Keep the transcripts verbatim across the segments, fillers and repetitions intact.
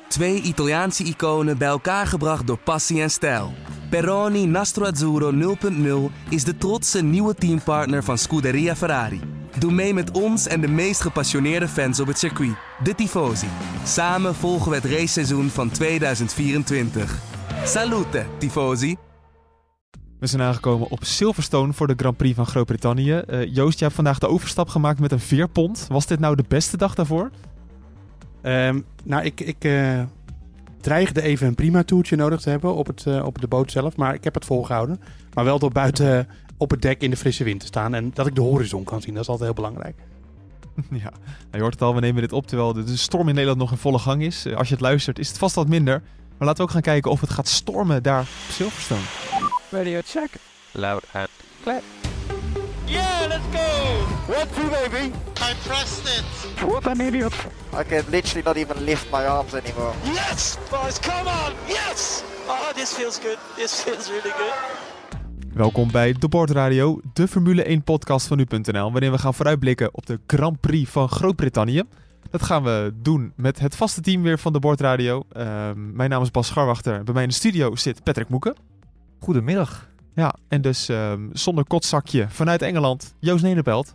Twee Italiaanse iconen bij elkaar gebracht door passie en stijl. Peroni Nastro Azzurro nul punt nul is de trotse nieuwe teampartner van Scuderia Ferrari. Doe mee met ons en de meest gepassioneerde fans op het circuit, de Tifosi. Samen volgen we het raceseizoen van tweeduizend vierentwintig. Salute, Tifosi! We zijn aangekomen op Silverstone voor de Grand Prix van Groot-Brittannië. Uh, Joost, jij hebt vandaag de overstap gemaakt met een veerpont. Was dit nou de beste dag daarvoor? Um, nou, ik, ik uh, dreigde even een prima toertje nodig te hebben op, het, uh, op de boot zelf. Maar ik heb het volgehouden. Maar wel door buiten uh, op het dek in de frisse wind te staan. En dat ik de horizon kan zien. Dat is altijd heel belangrijk. Ja, je hoort het al. We nemen dit op terwijl de storm in Nederland nog in volle gang is. Uh, als je het luistert is het vast wat minder. Maar laten we ook gaan kijken of het gaat stormen daar op Silverstone. Radio check. Loud and clear. Yeah, let's go! One, two, baby. I pressed it. What an idiot. I can literally not even lift my arms anymore. Yes, boys, come on! Yes! Oh, this feels good. This feels really good. Welkom bij De Board Radio, de Formule één podcast van nu punt n l, waarin we gaan vooruitblikken op de Grand Prix van Groot-Brittannië. Dat gaan we doen met het vaste team weer van De Board Radio. Uh, mijn naam is Bas Scharwachter. Bij mij in de studio zit Patrick Moeken. Goedemiddag. Ja, en dus um, zonder kotzakje vanuit Engeland, Joost Nederpelt.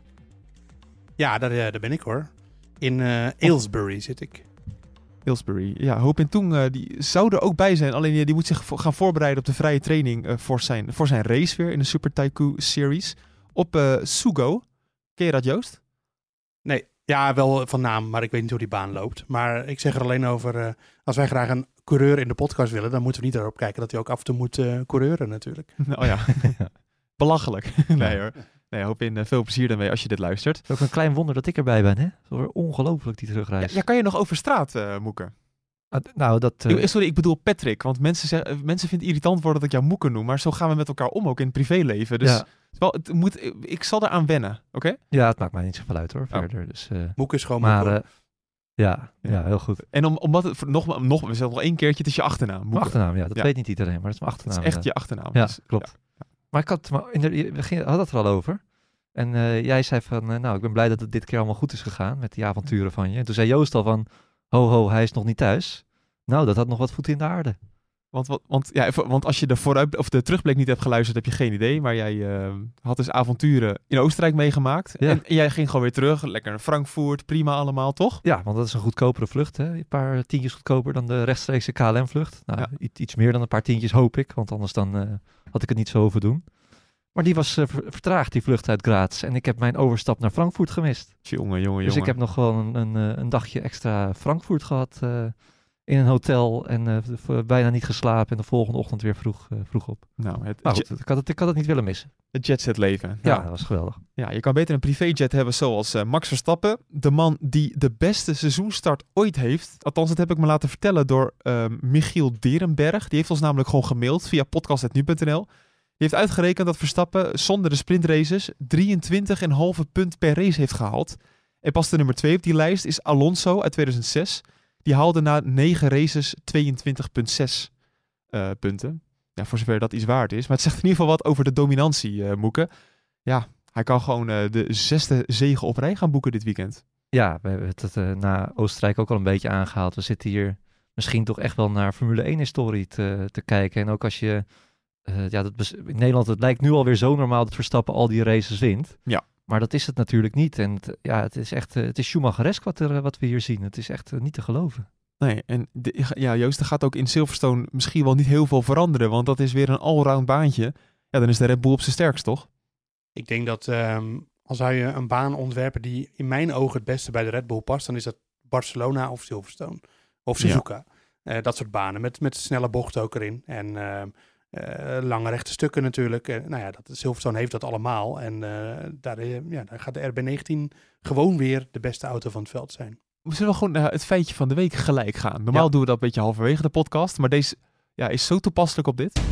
Ja, daar, uh, daar ben ik hoor. In uh, Aylesbury zit ik. Aylesbury, ja. Ho Ping Tong, uh, die zou er ook bij zijn. Alleen uh, die moet zich vo- gaan voorbereiden op de vrije training uh, voor, zijn, voor zijn race weer in de Super Taikoo Series. Op uh, Sugo. Ken je dat, Joost? Nee, ja, wel van naam, maar ik weet niet hoe die baan loopt. Maar ik zeg er alleen over, uh, als wij graag een coureur in de podcast willen, dan moeten we niet erop kijken dat hij ook af en toe moet uh, coureuren natuurlijk. Oh ja, belachelijk. Nee hoor. Nee, hoop in uh, veel plezier daarmee als je dit luistert. Het is ook een klein wonder dat ik erbij ben, hè? Zo ongelooflijk die terugreis. Ja, ja, kan je nog over straat, uh, Moeken? Uh, nou, dat... Uh... Ik, sorry, ik bedoel Patrick, want mensen, zeg, mensen vinden het irritant worden dat ik jou Moeken noem, maar zo gaan we met elkaar om, ook in het privéleven. Dus ja. het wel, het moet, ik zal eraan wennen, oké? Okay? Ja, het maakt mij niet zoveel uit hoor, oh. verder. Dus, uh... Moeken is gewoon maar, Moeken. Uh, ja, ja, ja, heel goed. En om, omdat het, nog, nog, we zeggen nog één keertje, het is je achternaam. Moeken. Mijn achternaam, ja, dat ja. weet niet iedereen, maar dat is mijn achternaam. Het is echt ja. je achternaam. Ja, dus, klopt. Ja. Maar ik had, maar in de, we gingen, hadden het er al over. En uh, jij zei van, uh, nou, ik ben blij dat het dit keer allemaal goed is gegaan met die avonturen van je. En toen zei Joost al van, ho ho, hij is nog niet thuis. Nou, dat had nog wat voet in de aarde. Want, want, want, ja, want als je de, vooruit, of de terugblik niet hebt geluisterd, heb je geen idee. Maar jij uh, had dus avonturen in Oostenrijk meegemaakt. Ja. En, en jij ging gewoon weer terug. Lekker naar Frankfurt, prima allemaal, toch? Ja, want dat is een goedkopere vlucht. Hè? Een paar tientjes goedkoper dan de rechtstreekse K L M-vlucht. Nou, Ja. iets, iets meer dan een paar tientjes hoop ik. Want anders dan uh, had ik het niet zo hoeven doen. Maar die was uh, vertraagd, die vlucht uit Graz. En ik heb mijn overstap naar Frankfurt gemist. Jongen, jongen, Dus jongen. ik heb nog gewoon een, een, een dagje extra Frankfurt gehad uh, in een hotel. En uh, bijna niet geslapen. En de volgende ochtend weer vroeg, uh, vroeg op. Nou, het, Maar goed, ik had, het, ik had het niet willen missen. het jetset leven. Ja, Nou, dat was geweldig. ja, je kan beter een privéjet hebben zoals uh, Max Verstappen. De man die de beste seizoenstart ooit heeft. Althans, dat heb ik me laten vertellen door uh, Michiel Derenberg. Die heeft ons namelijk gewoon gemaild via podcast punt nu punt n l. Die heeft uitgerekend dat Verstappen zonder de sprintraces drieëntwintig komma vijf punt per race heeft gehaald. En pas de nummer twee op die lijst is Alonso uit tweeduizend zes. Die haalde na negen races tweeëntwintig komma zes uh, punten. Ja, voor zover dat iets waard is. Maar het zegt in ieder geval wat over de dominantie, uh, Moeken. Ja, hij kan gewoon uh, de zesde zege op rij gaan boeken dit weekend. Ja, we hebben het uh, na Oostenrijk ook al een beetje aangehaald. We zitten hier misschien toch echt wel naar Formule één-historie te, te kijken. En ook als je... Uh, ja, dat bes- in Nederland, het lijkt nu alweer zo normaal dat Verstappen al die races wint. Ja. Maar dat is het natuurlijk niet. En het, ja, het is echt, uh, het is Schumacheresk wat, er, uh, wat we hier zien. Het is echt uh, niet te geloven. Nee, en de, ja, Joost, er gaat ook in Silverstone misschien wel niet heel veel veranderen. Want dat is weer een allround baantje. Ja, dan is de Red Bull op zijn sterkst, toch? Ik denk dat um, als zou je een baan ontwerpen die in mijn ogen het beste bij de Red Bull past, dan is dat Barcelona of Silverstone. Of Suzuka. Ja. Uh, dat soort banen met, met snelle bochten ook erin. En... Uh, Uh, lange rechte stukken natuurlijk. Uh, nou ja, dat, Silverstone heeft dat allemaal. En uh, daar, uh, ja, daar gaat de R B negentien gewoon weer de beste auto van het veld zijn. We zullen wel gewoon uh, het feitje van de week gelijk gaan. Normaal ja. doen we dat een beetje halverwege de podcast. Maar deze ja, is zo toepasselijk op dit.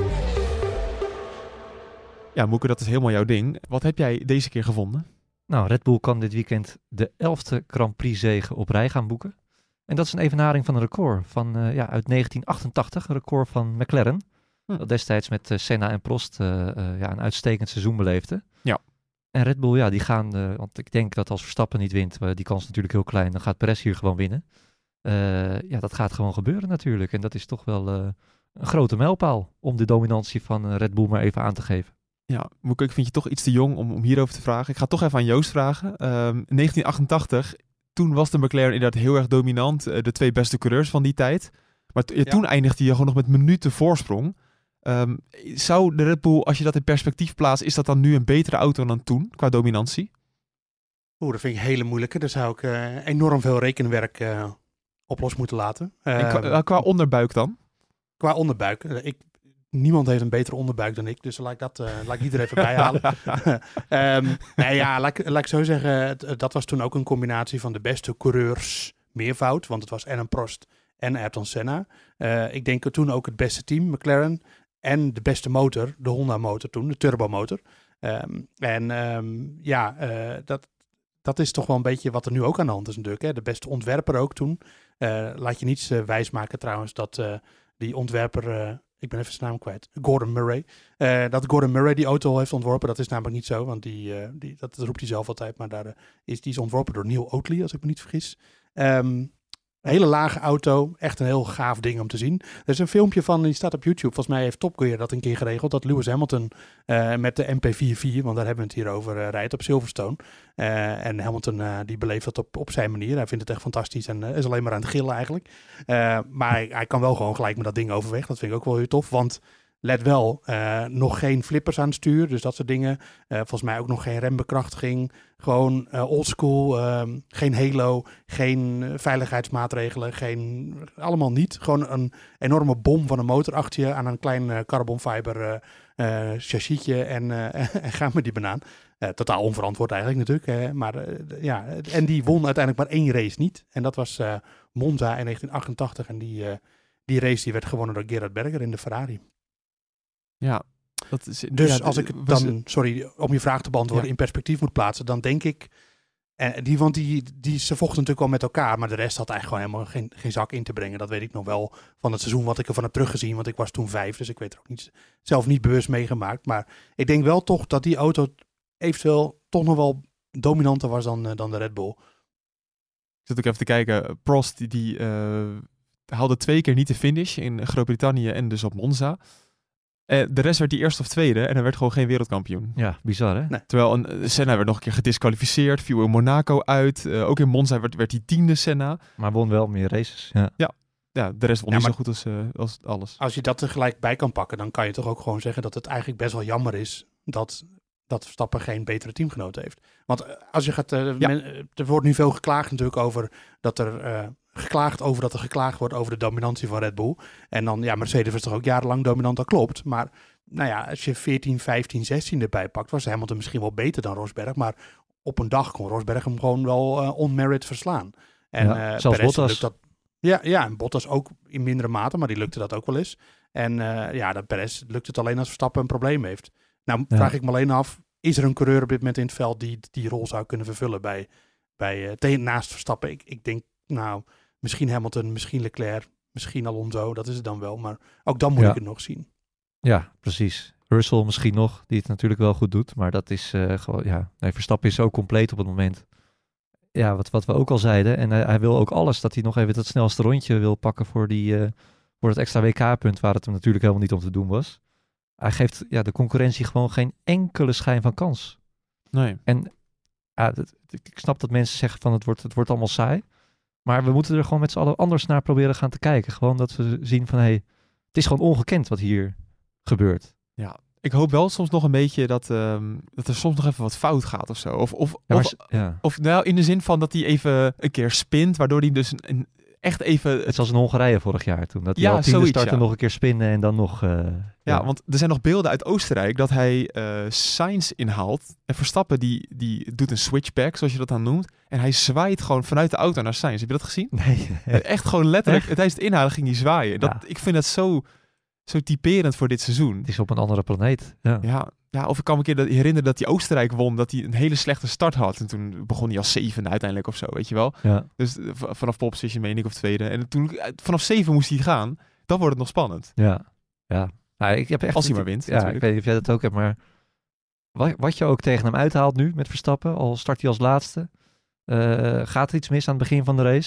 Ja, Moeke, dat is helemaal jouw ding. Wat heb jij deze keer gevonden? Nou, Red Bull kan dit weekend de elfde Grand Prix zege op rij gaan boeken. En dat is een evenaring van een record van, uh, ja, uit negentien achtentachtig. Een record van McLaren. Hm. Dat destijds met uh, Senna en Prost uh, uh, ja, een uitstekend seizoen beleefde. Ja. En Red Bull, ja, die gaan... Uh, want ik denk dat als Verstappen niet wint, uh, die kans is natuurlijk heel klein, dan gaat Perez hier gewoon winnen. Uh, ja, dat gaat gewoon gebeuren natuurlijk. En dat is toch wel uh, een grote mijlpaal om de dominantie van uh, Red Bull maar even aan te geven. Ja, Moeke, ik vind je toch iets te jong om, om hierover te vragen. Ik ga toch even aan Joost vragen. Um, negentien achtentachtig, toen was de McLaren inderdaad heel erg dominant. Uh, de twee beste coureurs van die tijd. Maar t- ja. toen eindigde je gewoon nog met minuten voorsprong. Um, zou de Red Bull, als je dat in perspectief plaatst, is dat dan nu een betere auto dan toen, qua dominantie? Oeh, dat vind ik een hele moeilijke. Daar zou ik uh, enorm veel rekenwerk uh, op los moeten laten. Uh, en qua, qua onderbuik dan? Qua onderbuik. Uh, ik, niemand heeft een betere onderbuik dan ik, dus laat ik, dat, uh, laat ik die er even bij halen. um, nee, ja, laat, laat ik zo zeggen, dat was toen ook een combinatie van de beste coureurs meervoud, want het was Alain Prost en Ayrton Senna. Uh, ik denk toen ook het beste team, McLaren, en de beste motor, de Honda motor toen, de turbomotor. Um, en um, ja, uh, dat, dat is toch wel een beetje wat er nu ook aan de hand is natuurlijk. Hè? De beste ontwerper ook toen. Uh, laat je niets uh, wijsmaken trouwens dat uh, die ontwerper, uh, ik ben even zijn naam kwijt, Gordon Murray. Uh, dat Gordon Murray die auto heeft ontworpen, dat is namelijk niet zo. Want die, uh, die, dat, dat roept hij zelf altijd, maar daar uh, is die is ontworpen door Neil Oatley, als ik me niet vergis. Um, Een hele lage auto. Echt een heel gaaf ding om te zien. Er is een filmpje van, die staat op YouTube. Volgens mij heeft Top Gear dat een keer geregeld. Dat Lewis Hamilton uh, met de M P vierentveertig, want daar hebben we het hier over, uh, rijdt op Silverstone. Uh, en Hamilton uh, die beleeft dat op, op zijn manier. Hij vindt het echt fantastisch en uh, is alleen maar aan het gillen eigenlijk. Uh, maar hij, hij kan wel gewoon gelijk met dat ding overweg. Dat vind ik ook wel heel tof, want let wel, uh, nog geen flippers aan het stuur, dus dat soort dingen. Uh, volgens mij ook nog geen rembekrachtiging. Gewoon uh, oldschool, uh, geen halo, geen uh, veiligheidsmaatregelen, geen, allemaal niet. Gewoon een enorme bom van een motor achter je aan een klein uh, carbon fiber uh, uh, chassisje en, uh, en ga met die banaan. Uh, totaal onverantwoord eigenlijk natuurlijk. Hè? Maar uh, ja, en die won uiteindelijk maar één race niet. En dat was uh, Monza in negentien achtentachtig en die, uh, die race die werd gewonnen door Gerhard Berger in de Ferrari. Ja, dat is, dus ja, als ik het dan, sorry, om je vraag te beantwoorden, ja. in perspectief moet plaatsen, dan denk ik, en die, want die, die, ze vochten natuurlijk wel met elkaar, maar de rest had eigenlijk gewoon helemaal geen, geen zak in te brengen. Dat weet ik nog wel van het seizoen wat ik ervan heb teruggezien, want ik was toen vijf, dus ik weet er ook niet, zelf niet bewust meegemaakt. Maar ik denk wel toch dat die auto eventueel toch nog wel dominanter was dan, uh, dan de Red Bull. Ik zit ook even te kijken, Prost die, die uh, haalde twee keer niet de finish in Groot-Brittannië en dus op Monza. Uh, de rest werd die eerste of tweede en hij werd gewoon geen wereldkampioen. Ja, bizar hè? Nee. Terwijl een, Senna werd nog een keer gedisqualificeerd, viel in Monaco uit. Uh, ook in Monza werd, werd hij tiende Senna. Maar won wel meer races. Ja, ja, ja de rest won ja, niet zo goed als, uh, als alles. Als je dat tegelijk bij kan pakken, dan kan je toch ook gewoon zeggen dat het eigenlijk best wel jammer is dat, dat Verstappen geen betere teamgenoot heeft. Want uh, als je gaat, uh, ja. men, er wordt nu veel geklaagd natuurlijk over dat er... Uh, geklaagd over dat er geklaagd wordt over de dominantie van Red Bull. En dan, ja, Mercedes was toch ook jarenlang dominant, dat klopt. Maar, nou ja, als je veertien, vijftien, zestien erbij pakt, was Hamilton misschien wel beter dan Rosberg. Maar op een dag kon Rosberg hem gewoon wel uh, on-merit verslaan. En ja, uh, zelfs Perez Bottas. Dat, ja, ja, en Bottas ook in mindere mate, maar die lukte dat ook wel eens. En uh, ja, dat Perez lukt het alleen als Verstappen een probleem heeft. Nou, ja. vraag ik me alleen af, is er een coureur op dit moment in het veld die die rol zou kunnen vervullen bij, bij uh, tegen, naast Verstappen? Ik, ik denk, nou... Misschien Hamilton, misschien Leclerc, misschien Alonso, dat is het dan wel. Maar ook dan moet ja. ik het nog zien. Ja, precies. Russell misschien nog, die het natuurlijk wel goed doet. Maar dat is uh, gewoon, ja... Nee, Verstappen is zo compleet op het moment. Ja, wat, wat we ook al zeiden. En uh, hij wil ook alles, dat hij nog even het snelste rondje wil pakken voor, die, uh, voor het extra W K-punt, waar het hem natuurlijk helemaal niet om te doen was. Hij geeft ja, de concurrentie gewoon geen enkele schijn van kans. Nee. En ja, dat, ik snap dat mensen zeggen van het wordt, het wordt allemaal saai. Maar we moeten er gewoon met z'n allen anders naar proberen gaan te kijken. Gewoon dat we zien van, hé, hey, het is gewoon ongekend wat hier gebeurt. Ja, ik hoop wel soms nog een beetje dat, um, dat er soms nog even wat fout gaat of zo. Of, of, ja, of, maar, ja. of nou, in de zin van dat hij even een keer spint, waardoor hij dus een, een, echt even... Het was in Hongarije vorig jaar toen. Dat hij ja, al tiende startte, ja. nog een keer spinnen en dan nog... Uh, ja, ja, want er zijn nog beelden uit Oostenrijk dat hij uh, Sainz inhaalt. En Verstappen die, die doet een switchback, zoals je dat dan noemt. En hij zwaait gewoon vanuit de auto naar Sainz. Heb je dat gezien? Nee. Echt gewoon letterlijk, echt? tijdens het inhalen ging hij zwaaien. Dat, ja. Ik vind dat zo, zo typerend voor dit seizoen. Het is op een andere planeet. Ja, ja, ja of ik kan me een keer herinneren dat hij Oostenrijk won, dat hij een hele slechte start had. En toen begon hij als zevende uiteindelijk of zo, weet je wel. Ja. Dus vanaf pole position meen ik of tweede. En toen, vanaf zeven moest hij gaan. Dan wordt het nog spannend. Ja, ja. Nou, ik heb echt als hij maar wint. Ja, natuurlijk. Ik weet niet of jij dat ook hebt, maar wat, wat je ook tegen hem uithaalt nu met Verstappen, al start hij als laatste, uh, gaat er iets mis aan het begin van de race,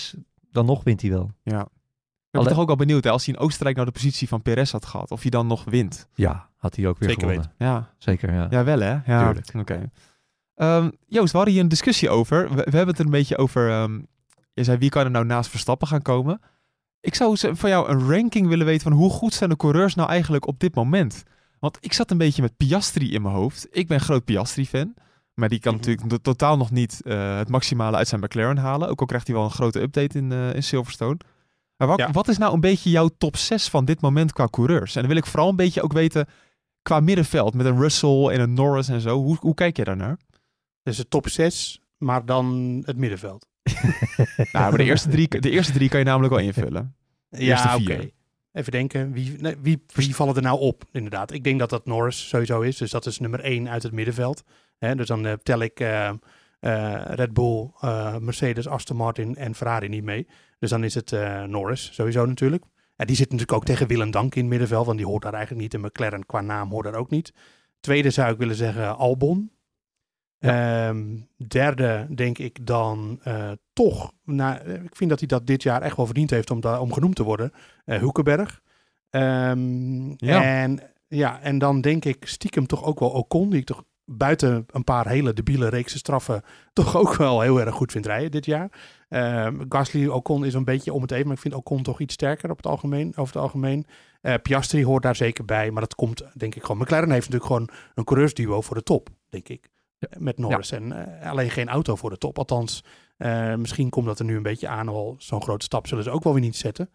dan nog wint hij wel. Ja. Ik ben Alle- toch ook wel benieuwd, hè, als hij in Oostenrijk nou de positie van Perez had gehad, of hij dan nog wint. Ja, had hij ook weer Zeker gewonnen. Ja, Zeker, ja. ja wel hè? Ja, Tuurlijk. Oké. Ehm, Joost, we hadden hier een discussie over. We, we hebben het er een beetje over, ehm, je zei wie kan er nou naast Verstappen gaan komen. Ik zou z- van jou een ranking willen weten van hoe goed zijn de coureurs nou eigenlijk op dit moment. Want ik zat een beetje met Piastri in mijn hoofd. Ik ben een groot Piastri-fan. Maar die kan Mhm. natuurlijk to- totaal nog niet eh, het maximale uit zijn McLaren halen. Ook al krijgt hij wel een grote update in, eh, in Silverstone. Maar wat, Ja. wat is nou een beetje jouw top zes van dit moment qua coureurs? En dan wil ik vooral een beetje ook weten qua middenveld. Met een Russell en een Norris en zo. Hoe, hoe kijk je daarnaar? Dus de top zes, maar dan het middenveld. Nou, maar de eerste, drie, de eerste drie kan je namelijk wel invullen. De eerste Ja, oké. vier. Even denken, wie, nee, wie, wie vallen er nou op, inderdaad? Ik denk dat dat Norris sowieso is. Dus dat is nummer één uit het middenveld. Hè, dus dan eh, tel ik eh, eh, Red Bull, eh, Mercedes, Aston Martin en Ferrari niet mee. Dus dan is het eh, Norris sowieso natuurlijk. En die zit natuurlijk ook tegen Willem Dank in het middenveld, want die hoort daar eigenlijk niet. En McLaren qua naam hoort daar ook niet. Tweede zou ik willen zeggen Albon. Ehm, derde denk ik dan eh, toch, nou, eh, ik vind dat hij dat dit jaar echt wel verdiend heeft om, da- om genoemd te worden, uh, Hülkenberg. Ehm, Ja. En, ja, en dan denk ik stiekem toch ook wel Ocon, die ik toch buiten een paar hele debiele reekse straffen toch ook wel heel erg goed vind rijden dit jaar. Ehm, Gasly, Ocon is een beetje om het even, maar ik vind Ocon toch iets sterker op het algemeen, over het algemeen. Uh, Piastri hoort daar zeker bij, maar dat komt denk ik gewoon. McLaren heeft natuurlijk gewoon een coureursduo voor de top, denk ik. Met Norris. En uh, alleen geen auto voor de top. Althans, uh, misschien komt dat er nu een beetje aan. Al zo'n grote stap zullen ze ook wel weer niet zetten.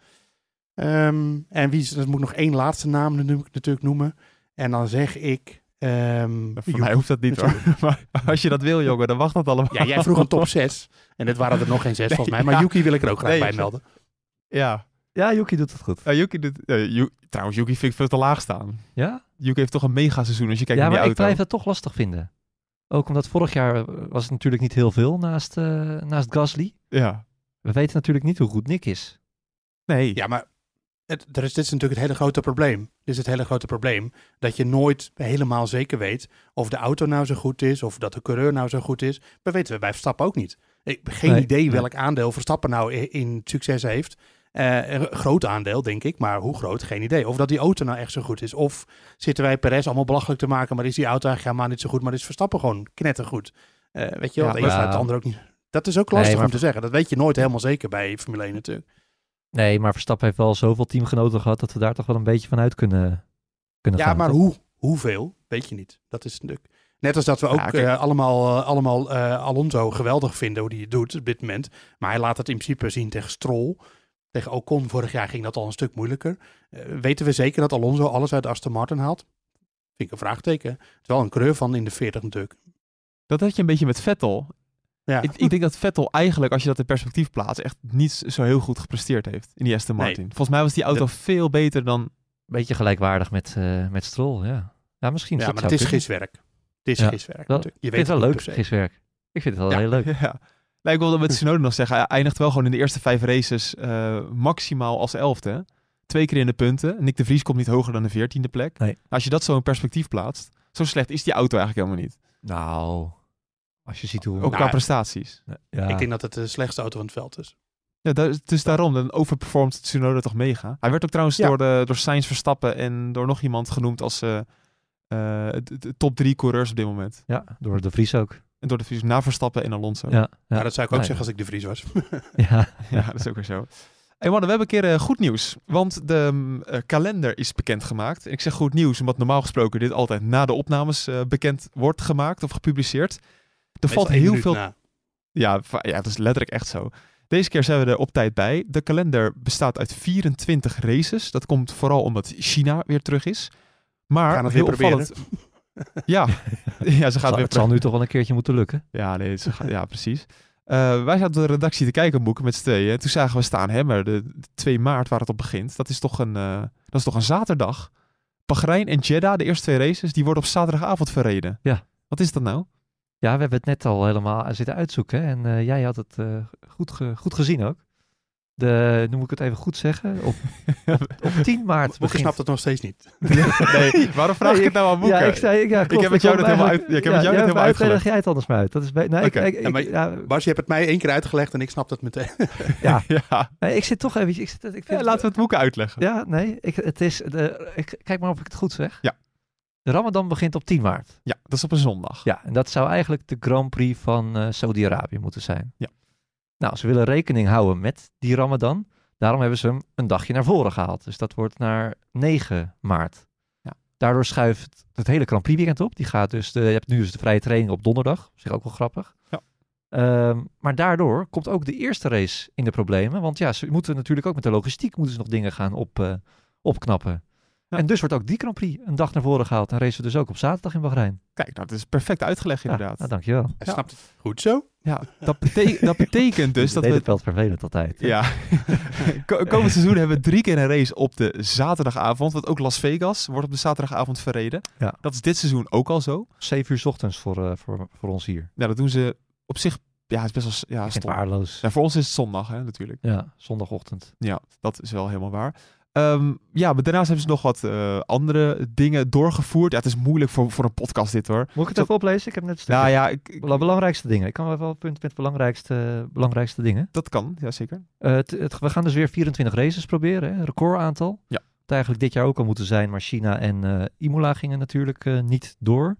Um, en wie is, dat moet ik nog één laatste naam natuurlijk noemen. En dan zeg ik... Um, Voor Yuki. mij hoeft dat niet hoor. Maar als je dat wil, jongen, dan wacht dat allemaal. Ja, jij vroeg een top zes. En dit waren er nog geen zes Nee, volgens mij. Maar ja. Yuki wil ik er ook graag Nee, bij ik- melden. Ja. Ja, Yuki doet het goed. Ja, Yuki doet, uh, Yu- trouwens, Yuki vind ik veel te laag staan. Ja? Yuki heeft toch een mega seizoen als je kijkt Ja, naar maar die ik auto. blijf het toch lastig vinden. Ook omdat vorig jaar eh, was het natuurlijk niet heel veel naast, eh, naast Gasly. Ja. We weten natuurlijk niet hoe goed Nick is. Nee. Ja, maar het, er is, dit is natuurlijk het hele grote probleem. Dit is het hele grote probleem. Dat je nooit helemaal zeker weet of de auto nou zo goed is. Of dat de coureur nou zo goed is. Dat weten we bij Verstappen ook niet. Ik heb geen Nee, idee nee. welk aandeel Verstappen nou in, in succes heeft. Uh, een groot aandeel, denk ik. Maar hoe groot? Geen idee. Of dat die auto nou echt zo goed is. Of zitten wij Perez allemaal belachelijk te maken. Maar is die auto eigenlijk helemaal niet zo goed. Maar is Verstappen gewoon knettergoed. Uh, weet je wel, Ja, de een maar- sluit de ander ook niet. Dat is ook lastig Nee, maar- om te zeggen. Dat weet je nooit helemaal zeker bij Formule één natuurlijk. Nee, maar Verstappen heeft wel zoveel teamgenoten gehad dat we daar toch wel een beetje van uit kunnen, kunnen Ja, gaan. maar toch? hoe, hoeveel, weet je niet. Dat is natuurlijk... Net als dat we ook Ja, kijk. eh, allemaal, uh, allemaal uh, Alonso geweldig vinden hoe hij het doet op dit moment. Maar hij laat het in principe zien tegen Stroll. Tegen Ocon vorig jaar ging dat al een stuk moeilijker. Uh, weten we zeker dat Alonso alles uit Aston Martin haalt? Vind ik een vraagteken. Het is wel een coureur van in de veertig natuurlijk. Dat had je een beetje met Vettel. Ja. Ik, ik denk dat Vettel eigenlijk, als je dat in perspectief plaatst, echt niet zo heel goed gepresteerd heeft in die Aston Martin. Nee. Volgens mij was die auto De- veel beter dan... Beetje gelijkwaardig met, uh, met Stroll, ja. Ja, misschien. ja, dat maar zou het is kunnen. giswerk. Het is Ja. giswerk Wel, natuurlijk. Je Ik vind het wel het leuk, niet per se. giswerk. Ik vind het wel Ja. heel leuk. Ja. Nee, ik wilde met Tsunoda nog zeggen, hij eindigt wel gewoon in de eerste vijf races uh, maximaal als elfde. Hè? Twee keer in de punten. Nick de Vries komt niet hoger dan de veertiende plek. Nee. Als je dat zo in perspectief plaatst, zo slecht is die auto eigenlijk helemaal niet. Nou, als je ziet hoe... Ook qua Nou, prestaties. ja. Ik denk dat het de slechtste auto van het veld is. Ja, dat, dus daarom, dan overperformt Tsunoda toch mega. Hij werd ook trouwens Ja. door, de, door Sainz, Verstappen en door nog iemand genoemd als uh, uh, de, de top drie coureurs op dit moment. ja, door de Vries ook. En door de Vries na Verstappen en Alonso. Ja, ja. Maar dat zou ik ook Nee. zeggen als ik de Vries was. Ja. Ja, dat is ook weer zo. Hey mannen, we hebben een keer uh, goed nieuws. Want de uh, kalender is bekendgemaakt. Ik zeg goed nieuws, omdat normaal gesproken dit altijd na de opnames uh, bekend wordt gemaakt of gepubliceerd. Er valt Meestal één heel minuut veel... na. Ja, va- ja, dat is letterlijk echt zo. Deze keer zijn we er op tijd bij. De kalender bestaat uit vierentwintig races. Dat komt vooral omdat China weer terug is. Maar Gaan het heel weer proberen. opvallend... Ja. ja, ze gaat Zal- weer het zal nu toch wel een keertje moeten lukken. Ja, nee, ze gaat- ja precies. Uh, wij zaten de redactie te kijken boeken met z'n tweeën. En toen zagen we staan, hè, maar de, de twee maart waar het op begint. Dat is toch een, uh, dat is toch een zaterdag. Bahrein en Jeddah, de eerste twee races, die worden op zaterdagavond verreden. Ja. Wat is dat nou? Ja, we hebben het net al helemaal zitten uitzoeken. Hè? En uh, jij had het uh, goed, ge- goed gezien ook. De, nu moet ik het even goed zeggen. Op, op, op tien maart Moeke begint... snapt het nog steeds niet. Nee, waarom vraag ik het nou aan Moeke? Ja, ik, zei, ja, klopt, ik heb met jou dat helemaal uit, ja, ik heb met jou dat helemaal uitgelegd. Leg jij het anders maar uit. Dat is bij, nee, Okay. ik, ik, Ja, maar, ik, ja, Bas, je hebt het mij één keer uitgelegd en ik snap het meteen. ja. ja. Nee, ik zit toch even... Ik zit, ik vind, Ja, laten we het Moeke uitleggen. Ja, nee. Ik, het is de, ik, kijk maar of ik het goed zeg. Ja. De Ramadan begint op tien maart. Ja, dat is op een zondag. Ja, en dat zou eigenlijk de Grand Prix van uh, Saudi-Arabië moeten zijn. Ja. Nou, ze willen rekening houden met die Ramadan. Daarom hebben ze hem een dagje naar voren gehaald. Dus dat wordt naar negen maart. Ja. Daardoor schuift het hele Grand Prix weekend op. Die gaat dus de, je hebt nu dus de vrije training op donderdag. Op zich ook wel grappig. Ja. Um, maar daardoor komt ook de eerste race in de problemen. Want ja, ze moeten natuurlijk ook met de logistiek moeten ze nog dingen gaan op, uh, opknappen. Ja. En dus wordt ook die Grand Prix een dag naar voren gehaald. En racen we dus ook op zaterdag in Bahrein. Kijk, nou, dat is perfect uitgelegd inderdaad. Ja, nou, dankjewel. Hij Ja. snapt het goed zo. Ja, dat, bete- dat betekent dus dat we... we... Het wel vervelend altijd. Hè? Ja. Komend seizoen hebben we drie keer een race op de zaterdagavond. Want ook Las Vegas wordt op de zaterdagavond verreden. Ja. Dat is dit seizoen ook al zo. Zeven uur 's ochtends voor, uh, voor, voor ons hier. Ja, dat doen ze op zich... Ja, het is best wel... Ja, Geen waardeloos. Ja, voor ons is het zondag, hè, natuurlijk. Ja, zondagochtend. Ja, dat is wel helemaal waar. Um, ja, maar daarnaast hebben ze nog wat uh, andere dingen doorgevoerd. Ja, het is moeilijk voor, voor een podcast dit, hoor. Moet ik het even oplezen? Ik heb net een stukje. Nou ja, ik, ik, belangrijkste dingen. Ik kan wel wel punt met belangrijkste, belangrijkste dingen. Dat kan, ja zeker. Uh, het, het, we gaan dus weer vierentwintig races proberen, hè? Recordaantal. Ja. Het eigenlijk dit jaar ook al moeten zijn, maar China en uh, Imola gingen natuurlijk uh, niet door.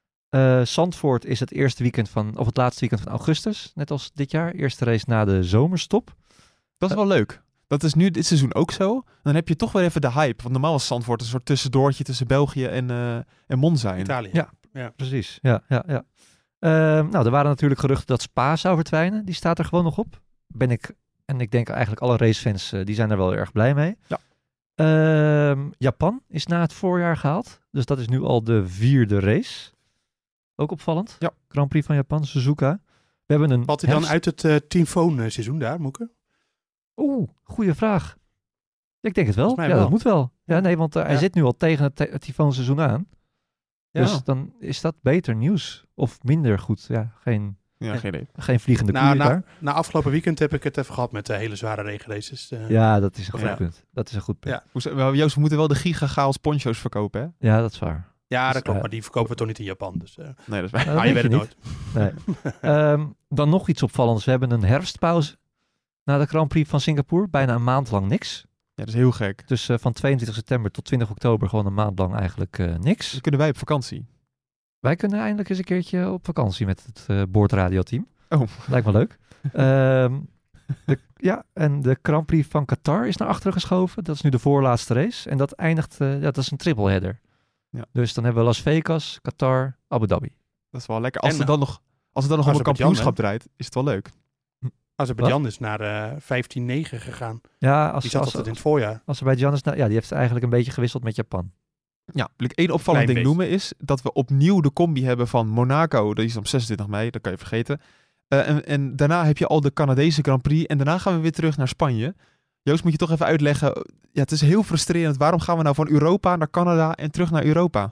Uh, Zandvoort is het eerste weekend van, of het laatste weekend van augustus, net als dit jaar. Eerste race na de zomerstop. Dat is wel uh, leuk. Dat is nu dit seizoen ook zo. Dan heb je toch weer even de hype. Want normaal is Zandvoort een soort tussendoortje tussen België en, uh, en Monza. Italië. Ja, ja, precies. Ja, ja, ja. Uh, nou, er waren natuurlijk geruchten dat Spa zou verdwijnen. Die staat er gewoon nog op. Ben ik, en ik denk eigenlijk alle racefans, uh, die zijn er wel erg blij mee. Ja. Uh, Japan is na het voorjaar gehaald. Dus dat is nu al de vierde race. Ook opvallend. Ja. Grand Prix van Japan, Suzuka. We hebben een Valt hij dan uit het uh, Teamphone seizoen daar, Moeke? Oeh, goede vraag. Ik denk het wel. Ja, wel. dat moet wel. Ja, nee, want uh, hij ja. zit nu al tegen het, het Typhoon seizoen aan. Ja. Dus dan is dat beter nieuws. Of minder goed. Ja, geen, ja, geen, idee. geen vliegende na, koeien na, daar. Na afgelopen weekend heb ik het even gehad met de hele zware regenraces. Uh, ja, dat is een goed ja. punt. Dat is een goed punt. Ja. Joost, we moeten wel de giga-chaos poncho's verkopen, hè? Ja, dat is waar. Ja, dat dus, klopt. uh, Maar die verkopen we toch niet in Japan. Dus, uh, nee, dat is waar. Uh, maar je weet het nooit. Nee. um, dan nog iets opvallends. We hebben een herfstpauze na de Grand Prix van Singapore. Bijna een maand lang niks. Ja, dat is heel gek. Dus uh, van tweeëntwintig september tot twintig oktober gewoon een maand lang eigenlijk uh, niks. Dan kunnen wij op vakantie. Wij kunnen eindelijk eens een keertje op vakantie met het uh, boordradioteam. Oh. Lijkt me leuk. um, de, ja, en de Grand Prix van Qatar is naar achteren geschoven. Dat is nu de voorlaatste race. En dat eindigt, uh, ja, dat is een triple header. Ja. Dus dan hebben we Las Vegas, Qatar, Abu Dhabi. Dat is wel lekker. Als En, het dan nog, als het dan nog om een kampioenschap draait, is het wel leuk. Azerbeidzjan is naar uh, vijftien negen gegaan. Ja, als, die zat als, altijd in het voorjaar. Azerbeidzjan is, nou, ja, die heeft eigenlijk een beetje gewisseld met Japan. Ja, wil ik één opvallend Klein ding noemen is dat we opnieuw de combi hebben van Monaco. Dat is op zesentwintig mei, dat kan je vergeten. Uh, en, en daarna heb je al de Canadese Grand Prix. En daarna gaan we weer terug naar Spanje. Joost, moet je toch even uitleggen. Ja, het is heel frustrerend. Waarom gaan we nou van Europa naar Canada en terug naar Europa?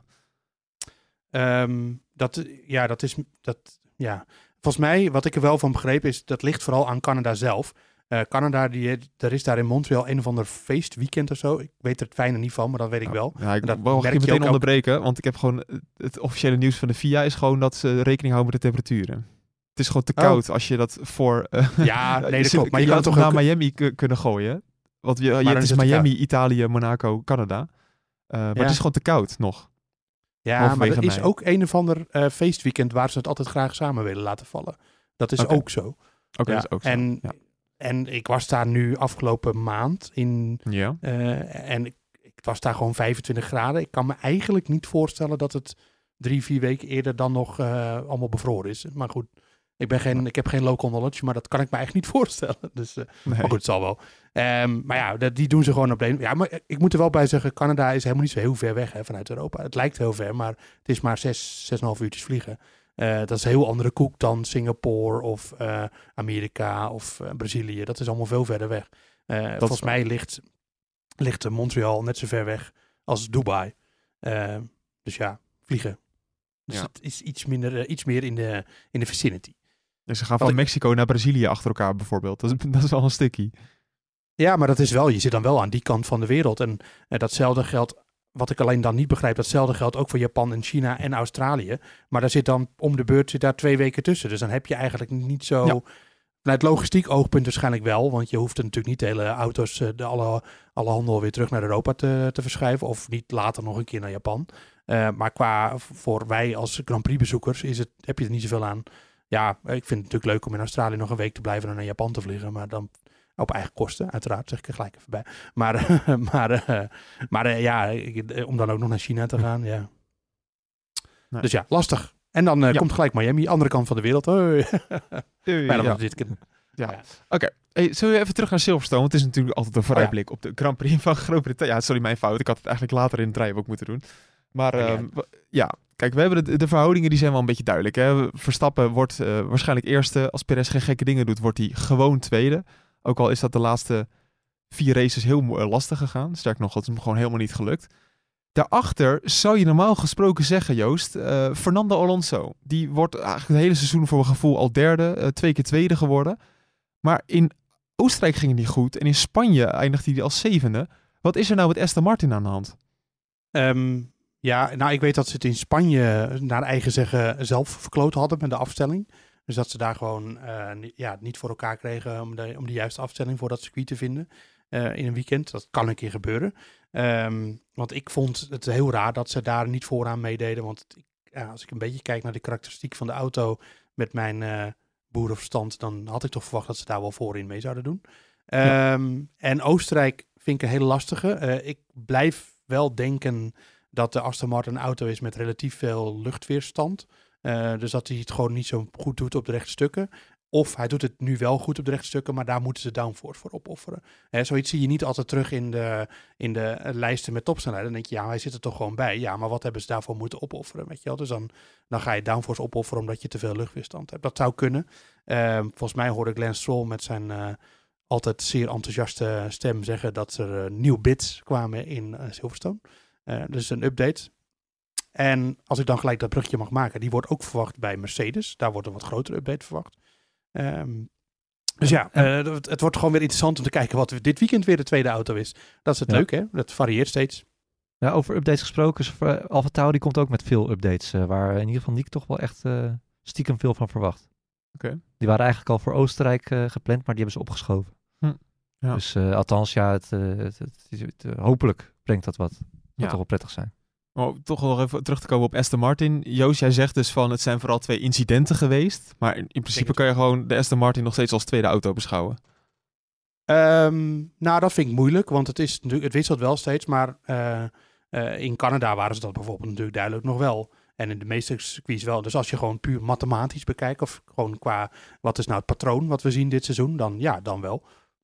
Um, dat, ja, dat is... Dat, ja. Volgens mij, wat ik er wel van begrepen is, dat ligt vooral aan Canada zelf. Uh, Canada, die, er is daar in Montreal een of ander feestweekend of zo. Ik weet er het fijne niet van, maar dat weet ik wel. Ja, ik dat wil je je meteen ook onderbreken, elk... want ik heb gewoon... Het officiële nieuws van de F I A is gewoon dat ze rekening houden met de temperaturen. Het is gewoon te koud oh. als je dat voor... Uh, ja, nee, dat klopt. Maar je, je kan het toch naar ook... Miami k- kunnen gooien. Want je, je, het is, is Miami, koud. Italië, Monaco, Canada. Uh, maar ja. het is gewoon te koud nog. Ja, maar er is mei. ook een of ander uh, feestweekend waar ze het altijd graag samen willen laten vallen. Dat is okay. ook zo. Oké, okay, ja, dat is ook zo. En, ja. en ik was daar nu afgelopen maand in. Ja. Uh, en ik, ik was daar gewoon vijfentwintig graden. Ik kan me eigenlijk niet voorstellen dat het drie, vier weken eerder dan nog uh, allemaal bevroren is. Maar goed, ik, ben geen, ik heb geen local knowledge, maar dat kan ik me eigenlijk niet voorstellen. Dus, uh, nee. Maar goed, het zal wel. Um, maar ja, dat, die doen ze gewoon op de... Ja, maar ik moet er wel bij zeggen, Canada is helemaal niet zo heel ver weg hè, vanuit Europa. Het lijkt heel ver, maar het is maar zes, zes en een half uurtjes vliegen. Uh, dat is een heel andere koek dan Singapore of uh, Amerika of uh, Brazilië. Dat is allemaal veel verder weg. Uh, volgens mij ligt, ligt Montreal net zo ver weg als Dubai. Uh, dus ja, vliegen. Dus ja. Het is iets, minder, uh, iets meer in de, in de vicinity. Dus ze gaan van Wat Mexico ik... naar Brazilië achter elkaar bijvoorbeeld. Dat is, dat is wel een stukje. Ja, maar dat is wel, je zit dan wel aan die kant van de wereld. En uh, datzelfde geldt, wat ik alleen dan niet begrijp, datzelfde geldt ook voor Japan en China en Australië. Maar daar zit dan om de beurt zit daar twee weken tussen. Dus dan heb je eigenlijk niet zo... Ja. Vanuit logistiek oogpunt waarschijnlijk wel, want je hoeft er natuurlijk niet de hele auto's, de alle, alle handel weer terug naar Europa te, te verschuiven. Of niet later nog een keer naar Japan. Uh, maar qua voor wij als Grand Prix bezoekers is het, heb je er niet zoveel aan. Ja, ik vind het natuurlijk leuk om in Australië nog een week te blijven en naar Japan te vliegen. Maar dan op eigen kosten, uiteraard, zeg ik er gelijk even bij. Maar, maar, uh, maar uh, ja, om dan ook nog naar China te gaan, ja. Nee. Dus ja, lastig. En dan uh, ja. komt gelijk Miami, andere kant van de wereld. Hey. ja. ja. Dit keer... ja. ja. Oké, okay. Hey, zullen we even terug naar Silverstone? Want het is natuurlijk altijd een vooruitblik oh, ja. op de Grand Prix van Groot-Brittannië. Ja, sorry, mijn fout. Ik had het eigenlijk later in het rijden ook moeten doen. Maar uh, ja. ja, kijk, we hebben de, de verhoudingen die zijn wel een beetje duidelijk. Hè? Verstappen wordt uh, waarschijnlijk eerste. Als Perez geen gekke dingen doet, wordt hij gewoon tweede. Ook al is dat de laatste vier races heel uh, lastig gegaan. Sterker nog, het is hem gewoon helemaal niet gelukt. Daarachter zou je normaal gesproken zeggen, Joost, uh, Fernando Alonso. Die wordt eigenlijk het hele seizoen voor mijn gevoel al derde, uh, twee keer tweede geworden. Maar in Oostenrijk ging het niet goed en in Spanje eindigde hij als zevende. Wat is er nou met Aston Martin aan de hand? Um, ja, nou ik weet dat ze het in Spanje naar eigen zeggen zelf verkloot hadden met de afstelling. Dus dat ze daar gewoon uh, ja, niet voor elkaar kregen om de, om de juiste afstelling voor dat circuit te vinden uh, in een weekend. Dat kan een keer gebeuren. Um, want ik vond het heel raar dat ze daar niet vooraan meededen. Want ik, ja, als ik een beetje kijk naar de karakteristiek van de auto met mijn uh, boerenverstand, dan had ik toch verwacht dat ze daar wel voorin mee zouden doen. Um, ja. En Oostenrijk vind ik een hele lastige. Uh, ik blijf wel denken dat de Aston Martin een auto is met relatief veel luchtweerstand. Uh, dus dat hij het gewoon niet zo goed doet op de rechte stukken. Of hij doet het nu wel goed op de rechte stukken, maar daar moeten ze downforce voor opofferen. Hè, zoiets zie je niet altijd terug in de, in de lijsten met topsnelheden. Dan denk je, ja, hij zit er toch gewoon bij. Ja, maar wat hebben ze daarvoor moeten opofferen? Weet je wel? Dus dan, dan ga je downforce opofferen omdat je te veel luchtweerstand hebt. Dat zou kunnen. Uh, volgens mij hoorde ik Lance Stroll met zijn uh, altijd zeer enthousiaste stem zeggen dat er uh, nieuwe bits kwamen in uh, Silverstone. Uh, dus een update. En als ik dan gelijk dat brugje mag maken, die wordt ook verwacht bij Mercedes. Daar wordt een wat grotere update verwacht. Um, dus ja, uh, het, het wordt gewoon weer interessant om te kijken wat dit weekend weer de tweede auto is. Dat is het ja. leuk, hè? Dat varieert steeds. Ja, over updates gesproken, AlphaTauri komt ook met veel updates, uh, waar in ieder geval Nick toch wel echt uh, stiekem veel van verwacht. Okay. Die waren eigenlijk al voor Oostenrijk uh, gepland, maar die hebben ze opgeschoven. Hm. Ja. Dus uh, althans, ja, het, uh, het, het, het, het, uh, hopelijk brengt dat wat. Dat ja. toch wel prettig zijn. Oh, toch wel even terug te komen op Aston Martin. Joost, jij zegt dus van het zijn vooral twee incidenten geweest. Maar in, in principe kan je gewoon de Aston Martin nog steeds als tweede auto beschouwen. Um, nou, dat vind ik moeilijk, want het, is, het wisselt wel steeds. Maar uh, uh, in Canada waren ze dat bijvoorbeeld natuurlijk duidelijk nog wel. En in de meeste circuits wel. Dus als je gewoon puur mathematisch bekijkt, of gewoon qua wat is nou het patroon wat we zien dit seizoen, dan ja, dan wel.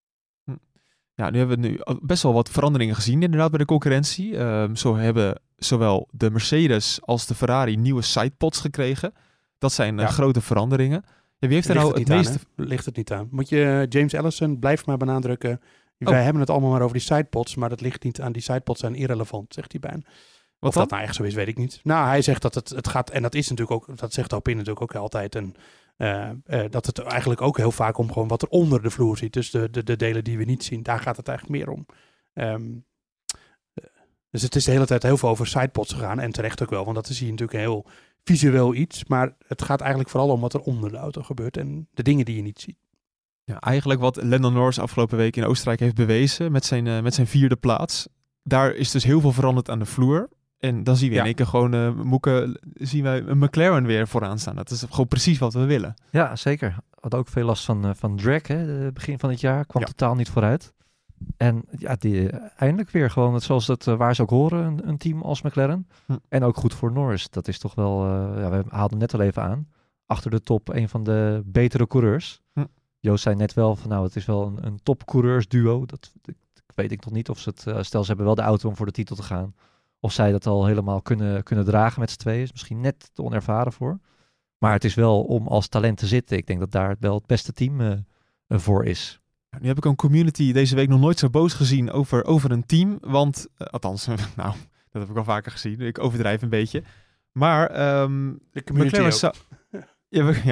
Ja, nu hebben we nu best wel wat veranderingen gezien inderdaad bij de concurrentie. Um, zo hebben zowel de Mercedes als de Ferrari nieuwe sidepods gekregen. Dat zijn ja. uh, grote veranderingen. Ja, wie heeft er nou het, het meeste... Aan, Ligt het niet aan. Moet je, James Allison, blijf maar benadrukken. Wij oh. hebben het allemaal maar over die sidepods, maar dat ligt niet aan. Die sidepods zijn irrelevant, zegt hij bijna. Of Wat dat nou echt zo is, weet ik niet. Nou, hij zegt dat het, het gaat, en dat is natuurlijk ook, dat zegt Alpine natuurlijk ook altijd, en uh, uh, dat het eigenlijk ook heel vaak om gewoon wat er onder de vloer zit. Dus de, de, de delen die we niet zien, daar gaat het eigenlijk meer om. Um, dus het is de hele tijd heel veel over sidepods gegaan, en terecht ook wel, want dat is hier natuurlijk een heel visueel iets. Maar het gaat eigenlijk vooral om wat er onder de auto gebeurt en de dingen die je niet ziet. Ja, eigenlijk wat Lando Norris afgelopen week in Oostenrijk heeft bewezen met zijn, uh, met zijn vierde plaats. Daar is dus heel veel veranderd aan de vloer. En dan zien we ja. in één keer gewoon, uh, Moeke, zien wij een McLaren weer vooraan staan. Dat is gewoon precies wat we willen. Ja, zeker. Had ook veel last van, uh, van drag, hè, begin van het jaar. Kwam ja. totaal niet vooruit. En ja, die, uh, eindelijk weer gewoon, het, zoals dat uh, waar ze ook horen, een, een team als McLaren. Hm. En ook goed voor Norris. Dat is toch wel, uh, ja, we haalden hem net al even aan. Achter de top een van de betere coureurs. Hm. Joost zei net wel van, nou, het is wel een, een topcoureursduo. Dat, dat weet ik nog niet of ze het, uh, stel ze hebben wel de auto om voor de titel te gaan. Of zij dat al helemaal kunnen, kunnen dragen met z'n tweeën. Is misschien net te onervaren voor. Maar het is wel om als talent te zitten. Ik denk dat daar wel het beste team uh, voor is. Nu heb ik een community deze week nog nooit zo boos gezien over, over een team. Want, uh, althans, nou, dat heb ik al vaker gezien. Ik overdrijf een beetje. Maar, um, de community zou, ja, ja,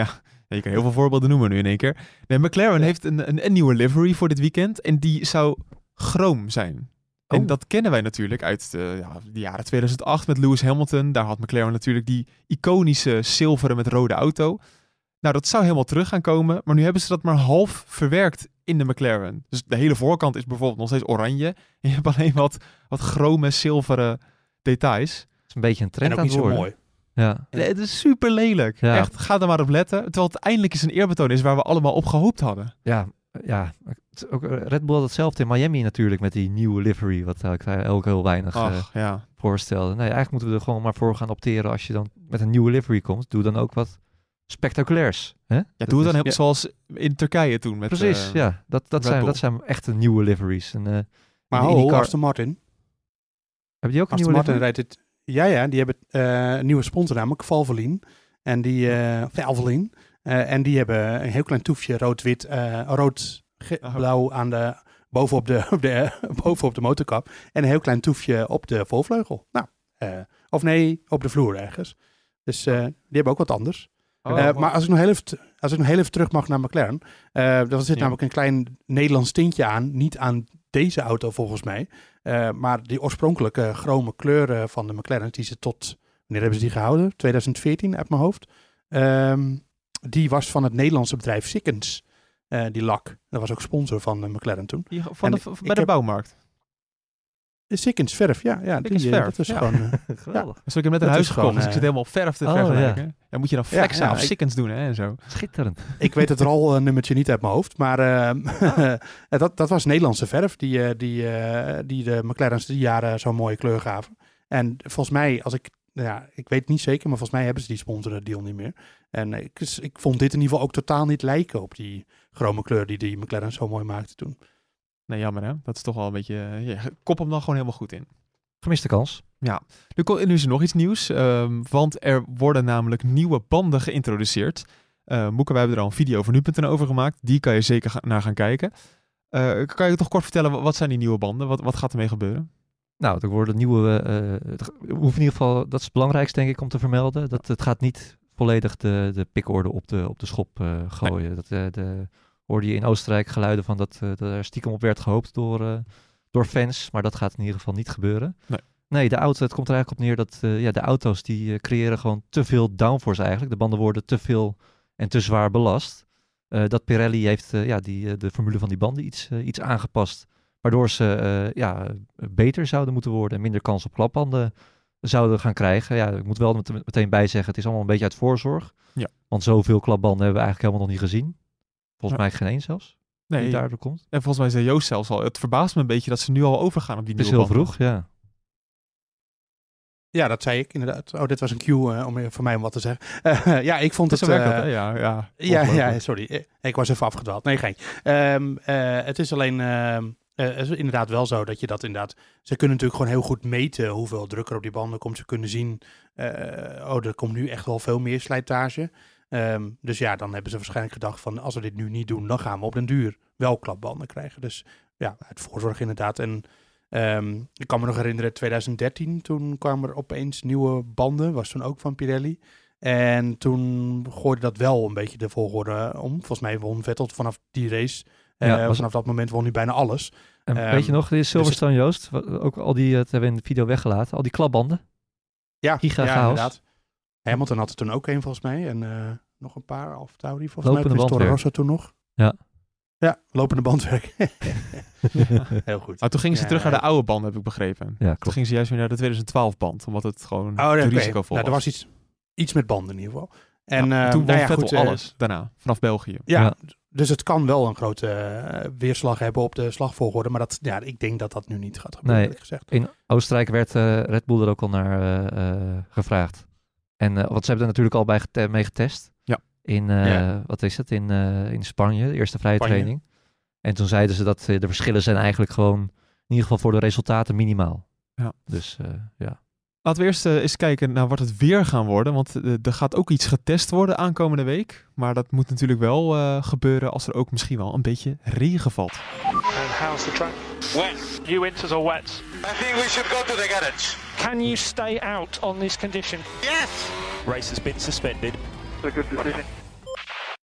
Ja, je kan heel veel voorbeelden noemen nu in één keer. Nee, McLaren ja. heeft een, een, een nieuwe livery voor dit weekend. En die zou chroom zijn. En oh. dat kennen wij natuurlijk uit de, ja, de jaren tweeduizend acht met Lewis Hamilton. Daar had McLaren natuurlijk die iconische zilveren met rode auto. Nou, dat zou helemaal terug gaan komen. Maar nu hebben ze dat maar half verwerkt in de McLaren. Dus de hele voorkant is bijvoorbeeld nog steeds oranje. En je hebt alleen wat, wat chrome, zilveren details. Het is een beetje een trend aan het worden. Mooi. Ja. Nee, het is super lelijk. Ja. Echt, ga er maar op letten. Terwijl het eindelijk eens een eerbetoon is waar we allemaal op gehoopt hadden. Ja, ja. Ook Red Bull had hetzelfde in Miami natuurlijk met die nieuwe livery. Wat ik daar ook heel weinig Ach, uh, ja. voorstelde. Nee, eigenlijk moeten we er gewoon maar voor gaan opteren. Als je dan met een nieuwe livery komt, doe dan ook wat spectaculairs. Hè? Ja, dat doe het dan is, heel, ja. zoals in Turkije toen. Met, Precies, uh, ja. Dat, dat, zijn, dat zijn echte nieuwe liveries. En, uh, maar ho, car... Aston Martin. Hebben die ook een Aston nieuwe Martin livery? rijdt het... Ja, ja, die hebben uh, een nieuwe sponsor namelijk, Valvoline. En die... Uh, Valvoline. Uh, en die hebben een heel klein toefje rood-wit, uh, rood-blauw aan de... Bovenop de, op de, bovenop de motorkap. En een heel klein toefje op de voorvleugel. Nou, uh, of nee, op de vloer ergens. Dus uh, die hebben ook wat anders. Oh, uh, maar als ik nog heel even, als ik nog heel even terug mag naar McLaren. Uh, er zit ja. namelijk een klein Nederlands tintje aan. Niet aan deze auto volgens mij. Uh, maar die oorspronkelijke chrome kleuren van de McLaren. Die ze tot, wanneer hebben ze die gehouden? twintig veertien uit mijn hoofd. Um, die was van het Nederlandse bedrijf Sikkens. Uh, die lak. Dat was ook sponsor van de McLaren toen. Die, van de, van, bij de heb... bouwmarkt? Sikkens verf, ja. ja Sikkens die, verf. Dat is ja. gewoon... Uh, Geweldig. Ja. Dus ik heb net een huis gekocht, dus ik zit helemaal verf te oh, vergelijken. Ja. Ja, moet je dan flexen ja, ja, of Sikkens doen, hè, en zo. Schitterend. Ik weet het rolnummertje niet uit mijn hoofd, maar uh, oh. dat, dat was Nederlandse verf die, uh, die, uh, die de McLaren's die jaren zo'n mooie kleur gaven. En volgens mij, als ik... Ja, ik weet het niet zeker, maar volgens mij hebben ze die sponsordeal niet meer. En ik, ik vond dit in ieder geval ook totaal niet lijken op die chrome kleur die die McLaren zo mooi maakte toen. Nee, jammer hè. Dat is toch wel een beetje... Ja, kop hem dan gewoon helemaal goed in. Gemiste kans. Ja. Nu, nu is er nog iets nieuws. Um, want er worden namelijk nieuwe banden geïntroduceerd. Uh, Moeke, wij hebben er al een video voor nu punt n l over gemaakt. Die kan je zeker ga- naar gaan kijken. Uh, kan je toch kort vertellen, wat zijn die nieuwe banden? Wat, wat gaat ermee gebeuren? Nou, er worden nieuwe... Uh, het hoeft in ieder geval... Dat is het belangrijkste, denk ik, om te vermelden. Dat het gaat niet volledig de, de pikorde op de, op de schop uh, gooien. Nee. Dat uh, de... hoorde je in Oostenrijk geluiden van dat, uh, dat er stiekem op werd gehoopt door, uh, door fans. Maar dat gaat in ieder geval niet gebeuren. Nee, nee de auto, het komt er eigenlijk op neer dat uh, ja, de auto's die uh, creëren gewoon te veel downforce eigenlijk. De banden worden te veel en te zwaar belast. Uh, dat Pirelli heeft uh, ja, die, uh, de formule van die banden iets, uh, iets aangepast. Waardoor ze uh, ja, beter zouden moeten worden en minder kans op klapbanden zouden gaan krijgen. Ja, ik moet wel met, meteen bijzeggen, het is allemaal een beetje uit voorzorg. Ja. Want zoveel klapbanden hebben we eigenlijk helemaal nog niet gezien. Volgens ja. mij geen één zelfs. Nee, die daardoor komt. En volgens mij zei Joost zelfs al, het verbaast me een beetje dat ze nu al overgaan op die nieuwe banden. Het is heel vroeg, ja. Ja, dat zei ik inderdaad. Oh, dit was een cue uh, om voor mij om wat te zeggen. Uh, ja, ik vond het... het uh, werkt ook, ja, ja, ja, ja, sorry. Ik was even afgedwaald. Nee, geen. Um, uh, het is alleen... Uh, uh, het is inderdaad wel zo dat je dat inderdaad... Ze kunnen natuurlijk gewoon heel goed meten hoeveel druk er op die banden komt. Ze kunnen zien... Uh, oh, er komt nu echt wel veel meer slijtage. Um, dus ja, dan hebben ze waarschijnlijk gedacht van... Als we dit nu niet doen, dan gaan we op den duur wel klapbanden krijgen. Dus ja, uit voorzorg inderdaad. En... Um, ik kan me nog herinneren, twintig dertien, toen kwamen er opeens nieuwe banden, was toen ook van Pirelli. En toen gooide dat wel een beetje de volgorde om. Volgens mij won Vettel vanaf die race, ja, uh, vanaf dat moment won hij bijna alles. En um, weet je nog, die Silverstone, dus Joost, ook al die, dat hebben we in de video weggelaten, al die klapbanden. Ja, Giga ja chaos. inderdaad. Hamilton had er toen ook een volgens mij en uh, nog een paar, AlphaTauri volgens lopende mij. Toro Rosso toen nog. Ja. Ja, lopende bandwerk. Ja, heel goed. Maar toen gingen ze ja, terug naar de oude band, heb ik begrepen. Ja, toen gingen ze juist weer naar de twintig twaalf band, omdat het gewoon oh, te okay. risicovol nou, was. Er was iets, iets met banden in ieder geval. En, ja, uh, toen won nou ja, Vettel goed, alles uh, daarna, vanaf België. Ja, ja, dus het kan wel een grote uh, weerslag hebben op de slagvolgorde. Maar dat, ja, ik denk dat dat nu niet gaat gebeuren, nee, gezegd. In Oostenrijk werd uh, Red Bull er ook al naar uh, uh, gevraagd. En uh, want ze hebben er natuurlijk al bij gete- mee getest. Ja. In, uh, ja. wat is het, in, uh, in Spanje, de eerste vrije Spanje. training. En toen zeiden ze dat uh, de verschillen zijn eigenlijk gewoon, in ieder geval voor de resultaten, minimaal. Ja. Dus uh, ja. Laten we eerst uh, eens kijken naar wat het weer gaan worden. Want uh, er gaat ook iets getest worden aankomende week. Maar dat moet natuurlijk wel uh, gebeuren als er ook misschien wel een beetje regen valt. And how's the track? Wet. You winters or wets? I think we should go to the garage. Can you stay out on this condition? Yes! Race has been suspended. It's a good decision.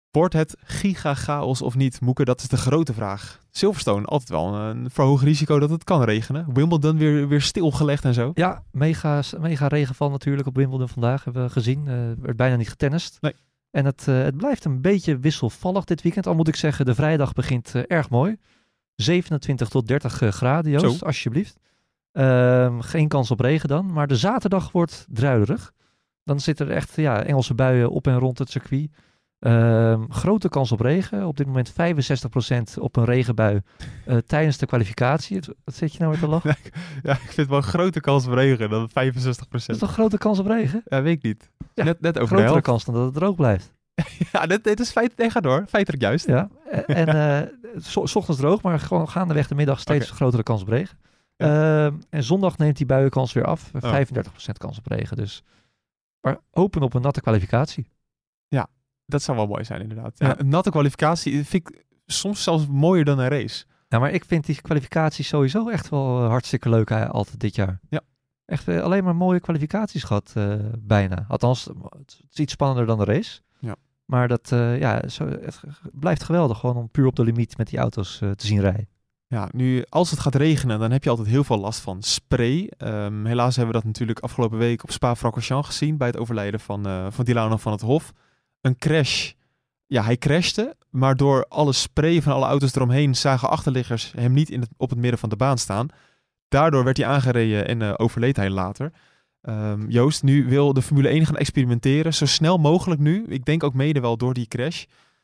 Wordt het giga-chaos of niet, Moeke? Dat is de grote vraag. Silverstone, altijd wel een verhoogd risico dat het kan regenen. Wimbledon weer, weer stilgelegd en zo. Ja, mega, mega regenval natuurlijk op Wimbledon vandaag, hebben we gezien. Er uh, werd bijna niet getennist. Nee. En het, uh, het blijft een beetje wisselvallig dit weekend. Al moet ik zeggen, de vrijdag begint uh, erg mooi. zevenentwintig tot dertig uh, graden, Joost, zo. Alsjeblieft. Uh, geen kans op regen dan. Maar de zaterdag wordt druilerig. Dan zitten er echt ja, Engelse buien op en rond het circuit. Uh, grote kans op regen. Op dit moment vijfenzestig procent op een regenbui uh, tijdens de kwalificatie. Wat zit je nou weer te lachen? Ja, ik vind het wel een grote kans op regen dan vijfenzestig procent. Dat is toch een grote kans op regen? Ja, weet ik niet. Ja, net, net over grotere de helft. kans dan dat het droog blijft. Ja, dit, dit is feit. Nee, ga door. Feitelijk juist. Ja, en uh, s ochtends droog, maar gewoon gaandeweg de middag steeds okay. grotere kans op regen. Ja. Uh, en zondag neemt die buienkans weer af. Oh. vijfendertig procent kans op regen. Dus. Maar hopen op een natte kwalificatie. Ja, dat zou wel mooi zijn inderdaad. Ja. Ja. Een natte kwalificatie vind ik soms zelfs mooier dan een race. Ja, maar ik vind die kwalificaties sowieso echt wel uh, hartstikke leuk hè, altijd dit jaar. Ja. Echt uh, alleen maar mooie kwalificaties gehad, uh, bijna. Althans, het is iets spannender dan de race. Ja. Maar dat uh, ja, zo, het blijft geweldig gewoon om puur op de limiet met die auto's uh, te zien rijden. Ja, nu als het gaat regenen, dan heb je altijd heel veel last van spray. Um, helaas hebben we dat natuurlijk afgelopen week op Spa-Francorchamps gezien bij het overlijden van, uh, van Dilano van het Hof. Een crash. Ja, hij crashte, maar door alle spray van alle auto's eromheen zagen achterliggers hem niet in het, op het midden van de baan staan. Daardoor werd hij aangereden en uh, overleed hij later. Um, Joost, nu wil de Formule één gaan experimenteren, zo snel mogelijk nu. Ik denk ook mede wel door die crash.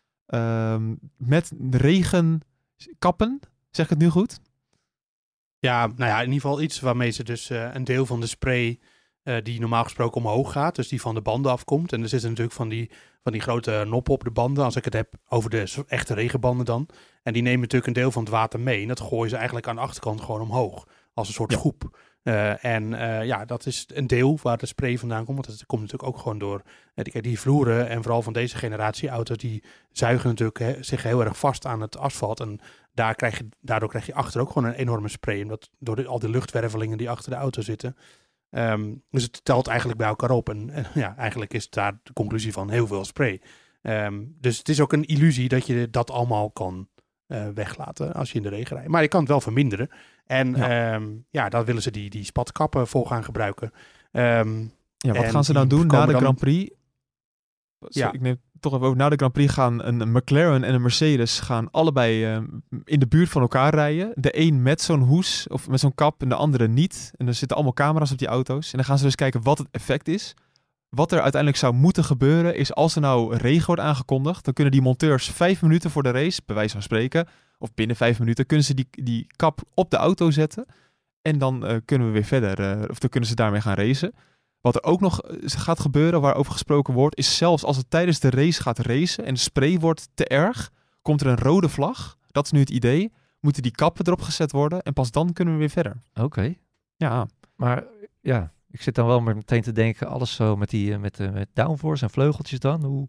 Um, met regenkappen. Zeg ik het nu goed? Ja, nou ja, in ieder geval iets waarmee ze dus uh, een deel van de spray uh, die normaal gesproken omhoog gaat, dus die van de banden afkomt. En er zitten natuurlijk van die, van die grote noppen op de banden, als ik het heb over de echte regenbanden dan. En die nemen natuurlijk een deel van het water mee. En dat gooien ze eigenlijk aan de achterkant gewoon omhoog, als een soort ja. schoep. Uh, en uh, ja, dat is een deel waar de spray vandaan komt. Want dat komt natuurlijk ook gewoon door uh, die, die vloeren. En vooral van deze generatie auto's, die zuigen natuurlijk he, zich heel erg vast aan het asfalt. En daar krijg je, daardoor krijg je achter ook gewoon een enorme spray. Omdat door de, al die luchtwervelingen die achter de auto zitten. Um, dus het telt eigenlijk bij elkaar op. En, en ja, eigenlijk is daar de conclusie van heel veel spray. Um, dus het is ook een illusie dat je dat allemaal kan uh, weglaten als je in de regen rijdt. Maar je kan het wel verminderen. En ja, um, ja daar willen ze die, die spatkappen voor gaan gebruiken. Um, ja, wat gaan ze dan doen na de dan... Grand Prix? Sorry, ja. Ik neem toch even over. Na de Grand Prix gaan een McLaren en een Mercedes gaan allebei uh, in de buurt van elkaar rijden. De een met zo'n hoes of met zo'n kap en de andere niet. En er zitten allemaal camera's op die auto's. En dan gaan ze dus kijken wat het effect is. Wat er uiteindelijk zou moeten gebeuren is als er nou regen wordt aangekondigd, dan kunnen die monteurs vijf minuten voor de race, bij wijze van spreken, of binnen vijf minuten, kunnen ze die, die kap op de auto zetten. En dan uh, kunnen we weer verder, uh, of dan kunnen ze daarmee gaan racen. Wat er ook nog gaat gebeuren, waarover gesproken wordt, is zelfs als het tijdens de race gaat racen en de spray wordt te erg, komt er een rode vlag. Dat is nu het idee. Moeten die kappen erop gezet worden en pas dan kunnen we weer verder. Oké. Okay. Ja. Maar ja, ik zit dan wel meteen te denken, alles zo met die met, uh, met downforce en vleugeltjes dan. Hoe,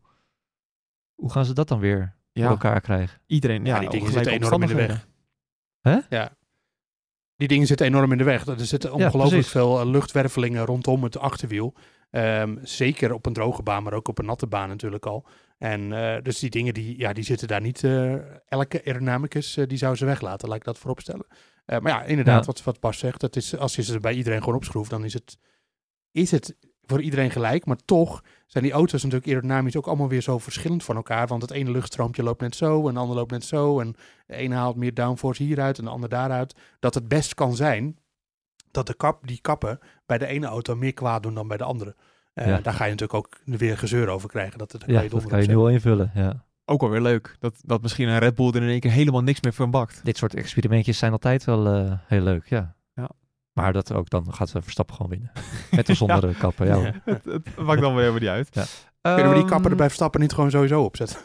hoe gaan ze dat dan weer ja. voor elkaar krijgen? Iedereen, ja, ja die dingen zitten enorm in de weg. Hè? Ja. Die dingen zitten enorm in de weg. Er zitten ongelooflijk ja, veel uh, luchtwervelingen rondom het achterwiel. Um, zeker op een droge baan, maar ook op een natte baan natuurlijk al. En uh, dus die dingen, die, ja, die zitten daar niet... Uh, elke aerodynamicus, uh, die zou ze weglaten, laat ik dat vooropstellen. Uh, maar ja, inderdaad, ja. Wat, wat Bas zegt, dat is, als je ze bij iedereen gewoon opschroeft, dan is het, is het voor iedereen gelijk. Maar toch zijn die auto's natuurlijk aerodynamisch ook allemaal weer zo verschillend van elkaar. Want het ene luchtstroompje loopt net zo en de ander loopt net zo. En de ene haalt meer downforce hieruit en de ander daaruit. Dat het best kan zijn dat de kap, die kappen bij de ene auto meer kwaad doen dan bij de andere. Uh, ja. Daar ga je natuurlijk ook weer gezeur over krijgen. Dat, het, ja, je dat kan je nu wel invullen, ja. Ook alweer leuk. Dat, dat misschien een Red Bull er in één keer helemaal niks meer van bakt. Dit soort experimentjes zijn altijd wel uh, heel leuk, ja. ja. Maar dat ook, dan gaat Verstappen gewoon winnen. Met of zonder ja. kappen, ja. ja. Het, het maakt dan weer helemaal niet uit. Ja. Um, Kunnen we die kappen er bij Verstappen niet gewoon sowieso opzetten?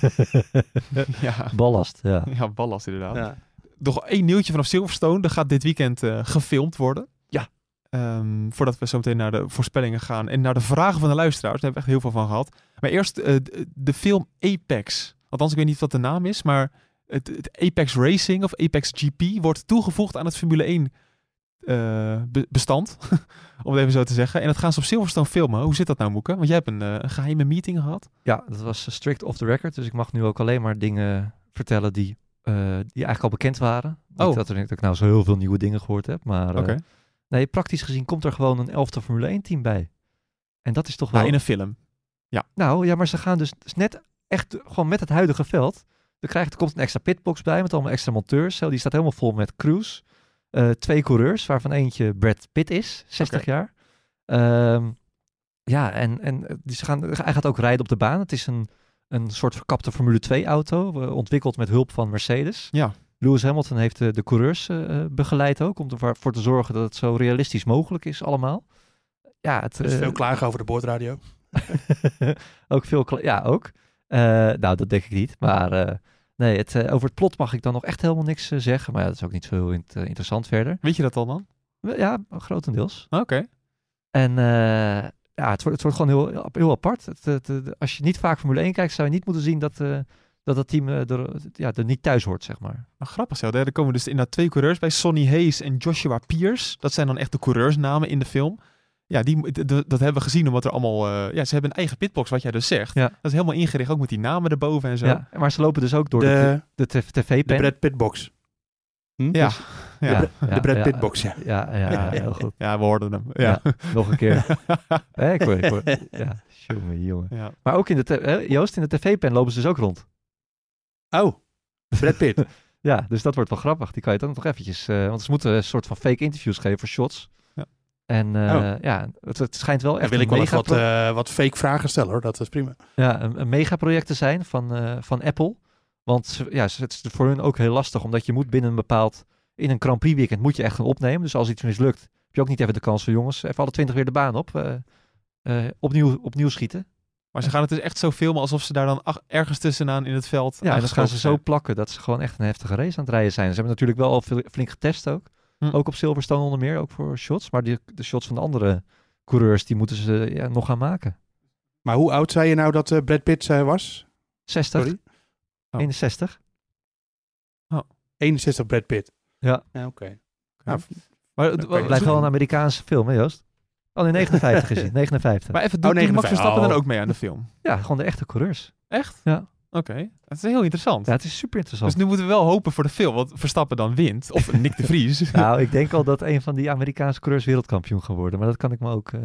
ja. Ballast, ja. Ja, ballast inderdaad. Ja. Nog één nieuwtje vanaf Silverstone. Er gaat dit weekend uh, gefilmd worden. Ja. Um, voordat we zo meteen naar de voorspellingen gaan en naar de vragen van de luisteraars. Daar hebben we echt heel veel van gehad. Maar eerst uh, de, de film Apex. Althans, ik weet niet wat de naam is, maar het, het Apex Racing of Apex G P wordt toegevoegd aan het Formule één uh, be- bestand, om het even zo te zeggen. En dat gaan ze op Silverstone filmen. Hoe zit dat nou, Moeke? Want jij hebt een, uh, een geheime meeting gehad. Ja, dat was uh, strict off the record. Dus ik mag nu ook alleen maar dingen vertellen die, uh, die eigenlijk al bekend waren. Oh. Niet dat, er, dat ik nou zo heel veel nieuwe dingen gehoord heb. Maar uh, okay. nee, praktisch gezien komt er gewoon een elfde Formule één team bij. En dat is toch wel... Ah, in een film. Ja. Nou, ja, maar ze gaan dus net echt gewoon met het huidige veld. Er, krijgt, er komt een extra pitbox bij met allemaal extra monteurs. Die staat helemaal vol met crews. Uh, twee coureurs, waarvan eentje Brad Pitt is, zestig okay. jaar. Um, ja, en, en ze gaan, hij gaat ook rijden op de baan. Het is een, een soort verkapte Formule twee auto, uh, ontwikkeld met hulp van Mercedes. Ja. Lewis Hamilton heeft de, de coureurs uh, begeleid ook, om ervoor te zorgen dat het zo realistisch mogelijk is allemaal. Ja, het, er is uh, veel klagen over de boordradio. ook veel kla- ja, ook. Uh, nou, dat denk ik niet, maar... Uh, Nee, het, uh, over het plot mag ik dan nog echt helemaal niks uh, zeggen. Maar ja, dat is ook niet zo heel int- uh, interessant verder. Weet je dat al dan? Ja, grotendeels. Oké. Okay. En uh, ja, het wordt, het wordt gewoon heel, heel apart. Het, het, het, als je niet vaak Formule één kijkt, zou je niet moeten zien dat uh, dat, dat team uh, er, ja, er niet thuis hoort, zeg maar. Nou, grappig zo. Er komen dus inderdaad twee coureurs bij. Sonny Hayes en Joshua Pierce. Dat zijn dan echt de coureursnamen in de film. Ja, die, d- d- dat hebben we gezien omdat er allemaal... Uh, ja, ze hebben een eigen pitbox, wat jij dus zegt. Ja. Dat is helemaal ingericht, ook met die namen erboven en zo. Ja, maar ze lopen dus ook door de, de, de tv-pen. De Brad Pittbox. Hm? Ja. Dus, ja. De, ja, de Brad ja, Pittbox, ja. Ja, ja, ja, heel goed. Ja, we hoorden hem. Ja. Ja, nog een keer. Hey, ik hoor, ik hoor. Ja, jongen, jongen. Ja. Maar ook in de... Te- eh, Joost, in de tv-pen lopen ze dus ook rond. Oh, Brad Pitt. Ja, dus dat wordt wel grappig. Die kan je dan nog eventjes... Uh, want ze moeten een soort van fake interviews geven voor shots. Ja. En uh, oh. ja, het, het schijnt wel echt... Dan wil ik wel even wat, uh, wat fake vragen stellen, hoor. Dat is prima. Ja, een, een megaproject te zijn van, uh, van Apple. Want ja, het is voor hun ook heel lastig, omdat je moet binnen een bepaald... In een Grand Prix weekend moet je echt gaan opnemen. Dus als iets mislukt, heb je ook niet even de kans van... jongens, even alle twintig weer de baan op. Uh, uh, opnieuw, opnieuw schieten. Maar ze gaan het dus echt zo filmen alsof ze daar dan ach, ergens tussenaan in het veld... Ja, en dan gaan ze zo plakken dat ze gewoon echt een heftige race aan het rijden zijn. Ze hebben natuurlijk wel al veel, flink getest ook. Hm. Ook op Silverstone onder meer, ook voor shots. Maar die, de shots van de andere coureurs, die moeten ze ja, nog gaan maken. Maar hoe oud zei je nou dat uh, Brad Pitt uh, was? zestig. Sorry? Oh. eenenzestig. Oh. eenenzestig Brad Pitt. Ja. Ja, oké. Okay. Nou, maar het okay. blijft wel een Amerikaanse film, hè Joost? Oh nee, negenenvijftig is hij. negenenvijftig. Maar even, doet oh, Max Verstappen oh. dan ook mee aan de film? Ja, gewoon de echte coureurs. Echt? Ja. Oké, okay. Dat is heel interessant. Ja, het is super interessant. Dus nu moeten we wel hopen voor de film, want Verstappen dan wint. Of Nick de Vries. Nou, ik denk al dat een van die Amerikaanse coureurs wereldkampioen gaat worden. Maar dat kan ik me ook... Uh...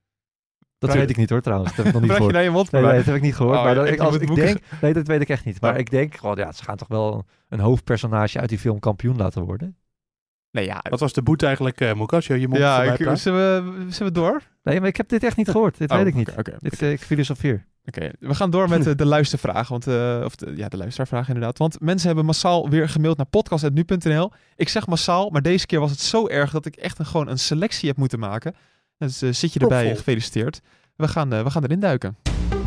Dat Vraag weet ik niet hoor, trouwens. Dat heb ik nog niet gehoord. Je naar je mond nee, nee, dat heb ik niet gehoord. Oh, maar dat, ik, als ik boeken... denk... Nee, dat weet ik echt niet. Maar oh. ik denk gewoon, ja, ze gaan toch wel een hoofdpersonage uit die film kampioen laten worden. Nee, ja. Wat was de boete eigenlijk, uh, Mokas? Je mond ja, ik, zullen, we, zullen we door? Nee, maar ik heb dit echt niet gehoord. Dit oh, weet ik niet. Okay, okay, dit, okay. uh, ik filosofeer. Oké, okay, we gaan door met de, de luistervraag. Want, uh, of de, ja, de luistervraag inderdaad. Want mensen hebben massaal weer gemaild naar podcast punt nu punt n l. Ik zeg massaal, maar deze keer was het zo erg dat ik echt een, gewoon een selectie heb moeten maken. Dus uh, zit je erbij, Propvol. Gefeliciteerd. We gaan, uh, we gaan erin duiken.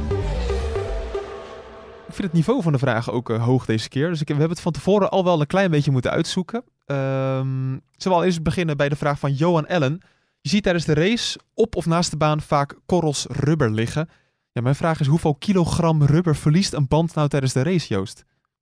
Ik vind het niveau van de vragen ook uh, hoog deze keer. Dus ik, we hebben het van tevoren al wel een klein beetje moeten uitzoeken. Um, zullen we al eerst beginnen bij de vraag van Johan Ellen. Je ziet tijdens de race op of naast de baan vaak korrels rubber liggen. Ja, mijn vraag is, hoeveel kilogram rubber verliest een band nou tijdens de race, Joost?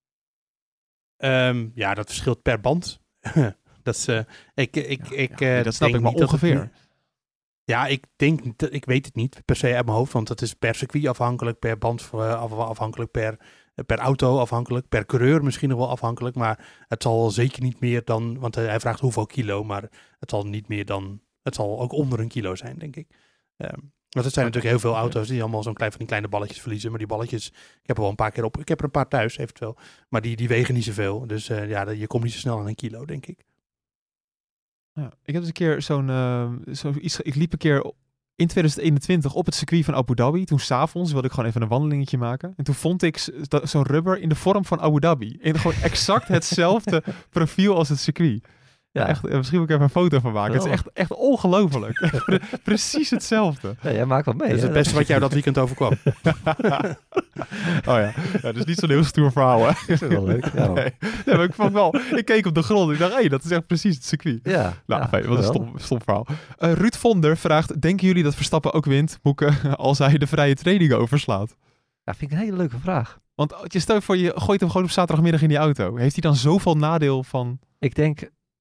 Um, ja, dat verschilt per band. dat is, uh, ik, ik, ja, ik, ja, uh, dat snap ik maar ongeveer. Het, ja, ik denk, ik weet het niet per se uit mijn hoofd, want dat is per circuit afhankelijk, per band afhankelijk, per, per auto afhankelijk, per coureur misschien nog wel afhankelijk, maar het zal zeker niet meer dan, want hij vraagt hoeveel kilo, maar het zal niet meer dan, het zal ook onder een kilo zijn, denk ik. Um, want het zijn natuurlijk heel veel auto's die allemaal zo'n klein van die kleine balletjes verliezen, maar die balletjes, ik heb er wel een paar keer op, ik heb er een paar thuis eventueel, maar die, die wegen niet zoveel, dus uh, ja, je komt niet zo snel aan een kilo, denk ik. Ja, ik heb dus een keer zo'n, uh, zo iets, ik liep een keer in twintig eenentwintig op het circuit van Abu Dhabi. Toen s'avonds wilde ik gewoon even een wandelingetje maken. En toen vond ik zo'n rubber in de vorm van Abu Dhabi. En gewoon exact hetzelfde profiel als het circuit. Ja, echt, misschien moet ik even een foto van maken. Oh. Het is echt, echt ongelooflijk. Pre- precies hetzelfde. Ja, jij maakt wat mee. Dat is het beste wat jou dat weekend overkwam. Oh ja. Ja, dus niet zo'n heel stoer verhaal, hè? Dat is wel leuk. Ja, nee. Ja, maar ik vond wel... Ik keek op de grond en ik dacht, hé, hey, dat is echt precies het circuit. Ja. Nou, ja, fijn, wat een stom, stom verhaal. Uh, Ruud Vonder vraagt, denken jullie dat Verstappen ook wint, Moeke, als hij de vrije trainingen overslaat? Ja, vind ik een hele leuke vraag. Want je stel voor, je gooit hem gewoon op zaterdagmiddag in die auto. Heeft hij dan zoveel nadeel van... Ik denk...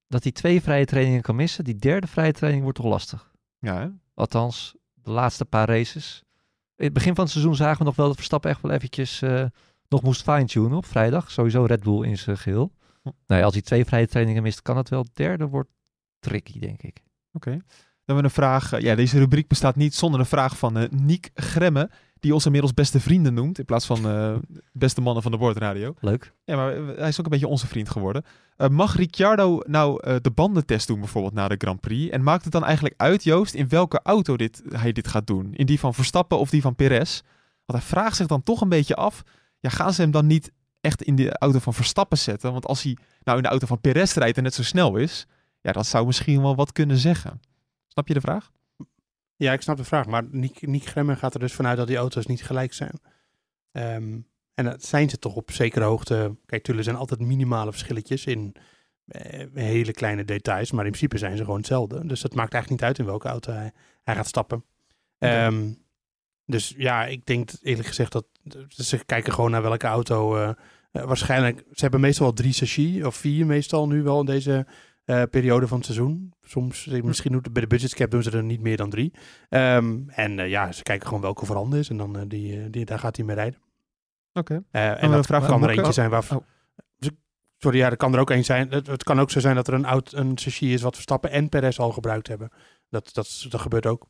dat hij twee vrije trainingen kan missen. Die derde vrije training wordt toch lastig. Ja, hè? Althans, de laatste paar races. In het begin van het seizoen zagen we nog wel dat Verstappen echt wel eventjes uh, nog moest fine-tunen op vrijdag. Sowieso Red Bull in zijn geheel. Hm. Nee, als hij twee vrije trainingen mist, kan het wel. De derde wordt tricky, denk ik. Oké. Okay. Dan hebben we een vraag. Uh, ja, deze rubriek bestaat niet zonder een vraag van uh, Niek Gremme, die ons inmiddels beste vrienden noemt, in plaats van uh, beste mannen van de Bordradio. Leuk. Ja, maar hij is ook een beetje onze vriend geworden. Uh, mag Ricciardo nou uh, de bandentest doen bijvoorbeeld na de Grand Prix? En maakt het dan eigenlijk uit, Joost, in welke auto dit, hij dit gaat doen? In die van Verstappen of die van Perez? Want hij vraagt zich dan toch een beetje af, ja, gaan ze hem dan niet echt in de auto van Verstappen zetten? Want als hij nou in de auto van Perez rijdt en net zo snel is, ja, dat zou misschien wel wat kunnen zeggen. Snap je de vraag? Ja, ik snap de vraag. Maar Nick, Nick Gremmen gaat er dus vanuit dat die auto's niet gelijk zijn. Um, en dat zijn ze toch op zekere hoogte. Kijk, tuurlijk zijn altijd minimale verschilletjes in eh, hele kleine details. Maar in principe zijn ze gewoon hetzelfde. Dus dat maakt eigenlijk niet uit in welke auto hij, hij gaat stappen. Okay. Um, dus ja, ik denk eerlijk gezegd dat ze kijken gewoon naar welke auto. Uh, uh, waarschijnlijk, ze hebben meestal wel drie chassis. Of vier meestal nu wel in deze Uh, periode van het seizoen. Soms, misschien doen, bij de budgetcap doen ze er niet meer dan drie. Um, en uh, ja, ze kijken gewoon welke voorhanden is. En dan uh, die, die, daar gaat hij mee rijden. Oké. Okay. Uh, en dat vraag kan er eentje zijn waar... Oh. Sorry, ja, er kan er ook een zijn. Het, het kan ook zo zijn dat er een, oud, een chassis is wat Verstappen en Perez al gebruikt hebben. Dat, dat, dat gebeurt ook.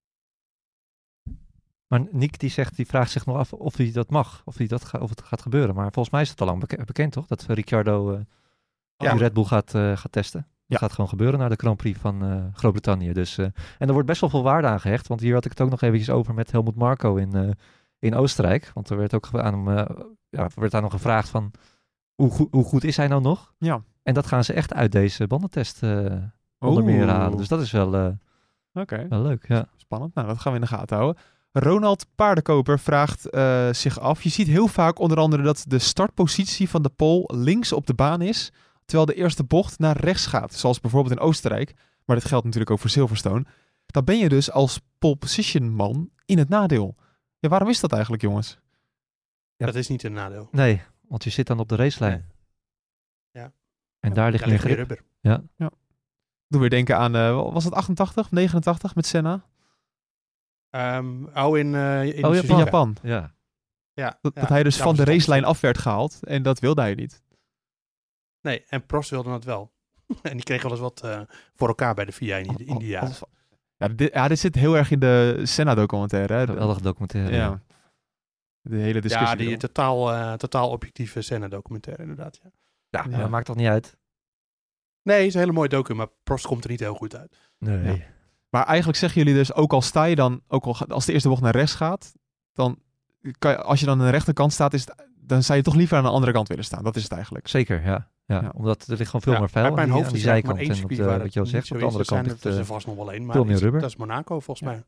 Maar Nick die zegt, die vraagt zich nog af of hij dat mag. Of, hij dat ga, of het gaat gebeuren. Maar volgens mij is het al lang bek- bekend, toch? Dat Ricciardo... Uh, Ja. Die Red Bull gaat, uh, gaat testen. Dat ja. gaat gewoon gebeuren na de Grand Prix van uh, Groot-Brittannië. Dus, uh, en er wordt best wel veel waarde aan gehecht. Want hier had ik het ook nog eventjes over met Helmut Marko in, uh, in Oostenrijk. Want er werd ook aan hem, uh, ja, werd aan hem gevraagd van hoe, go- hoe goed is hij nou nog? Ja. En dat gaan ze echt uit deze bandentest uh, onder meer halen. Dus dat is wel, uh, okay. wel leuk. Ja. Spannend. Nou, dat gaan we in de gaten houden. Ronald Paardenkoper vraagt uh, zich af. Je ziet heel vaak onder andere dat de startpositie van de pole links op de baan is, terwijl de eerste bocht naar rechts gaat, zoals bijvoorbeeld in Oostenrijk. Maar dit geldt natuurlijk ook voor Silverstone. Dan ben je dus als pole position man in het nadeel. Ja, waarom is dat eigenlijk, jongens? Ja. Dat is niet een nadeel. Nee, want je zit dan op de racelijn. Nee. Ja. En ja, daar ligt meer grip. rubber. Ja. ja. Doe weer denken aan, uh, was het achtentachtig of negenentachtig met Senna? Um, oh, in, uh, in, oh, in Japan. Ja. Ja, dat, ja, dat hij dus van de racelijn af werd gehaald. En dat wilde hij niet. Nee, en Prost wilde dat wel. En die kreeg wel eens wat uh, voor elkaar bij de V I A in die, in die jaren. Ja dit, ja, dit zit heel erg in de Senna-documentaire. Hè? Geweldige documentaire. Ja. De hele discussie. Ja, die totaal, uh, totaal objectieve Senna-documentaire inderdaad. Ja, ja, ja. dat maakt toch niet uit? Nee, het is een hele mooie docu, maar Prost komt er niet heel goed uit. Nee. Ja. Maar eigenlijk zeggen jullie dus, ook al sta je dan, ook al als de eerste bocht naar rechts gaat, dan kan je, als je dan aan de rechterkant staat, is het, dan zou je toch liever aan de andere kant willen staan. Dat is het eigenlijk. Zeker, ja. Ja, ja. Omdat er ligt gewoon veel ja, meer vuil mijn aan hoofd die, aan die is zijkant. maar één en op circuit de, wat je al zegt, op de andere kant is het, uh, er vast nog wel één, maar veel meer is, rubber. Dat is Monaco volgens ja. mij.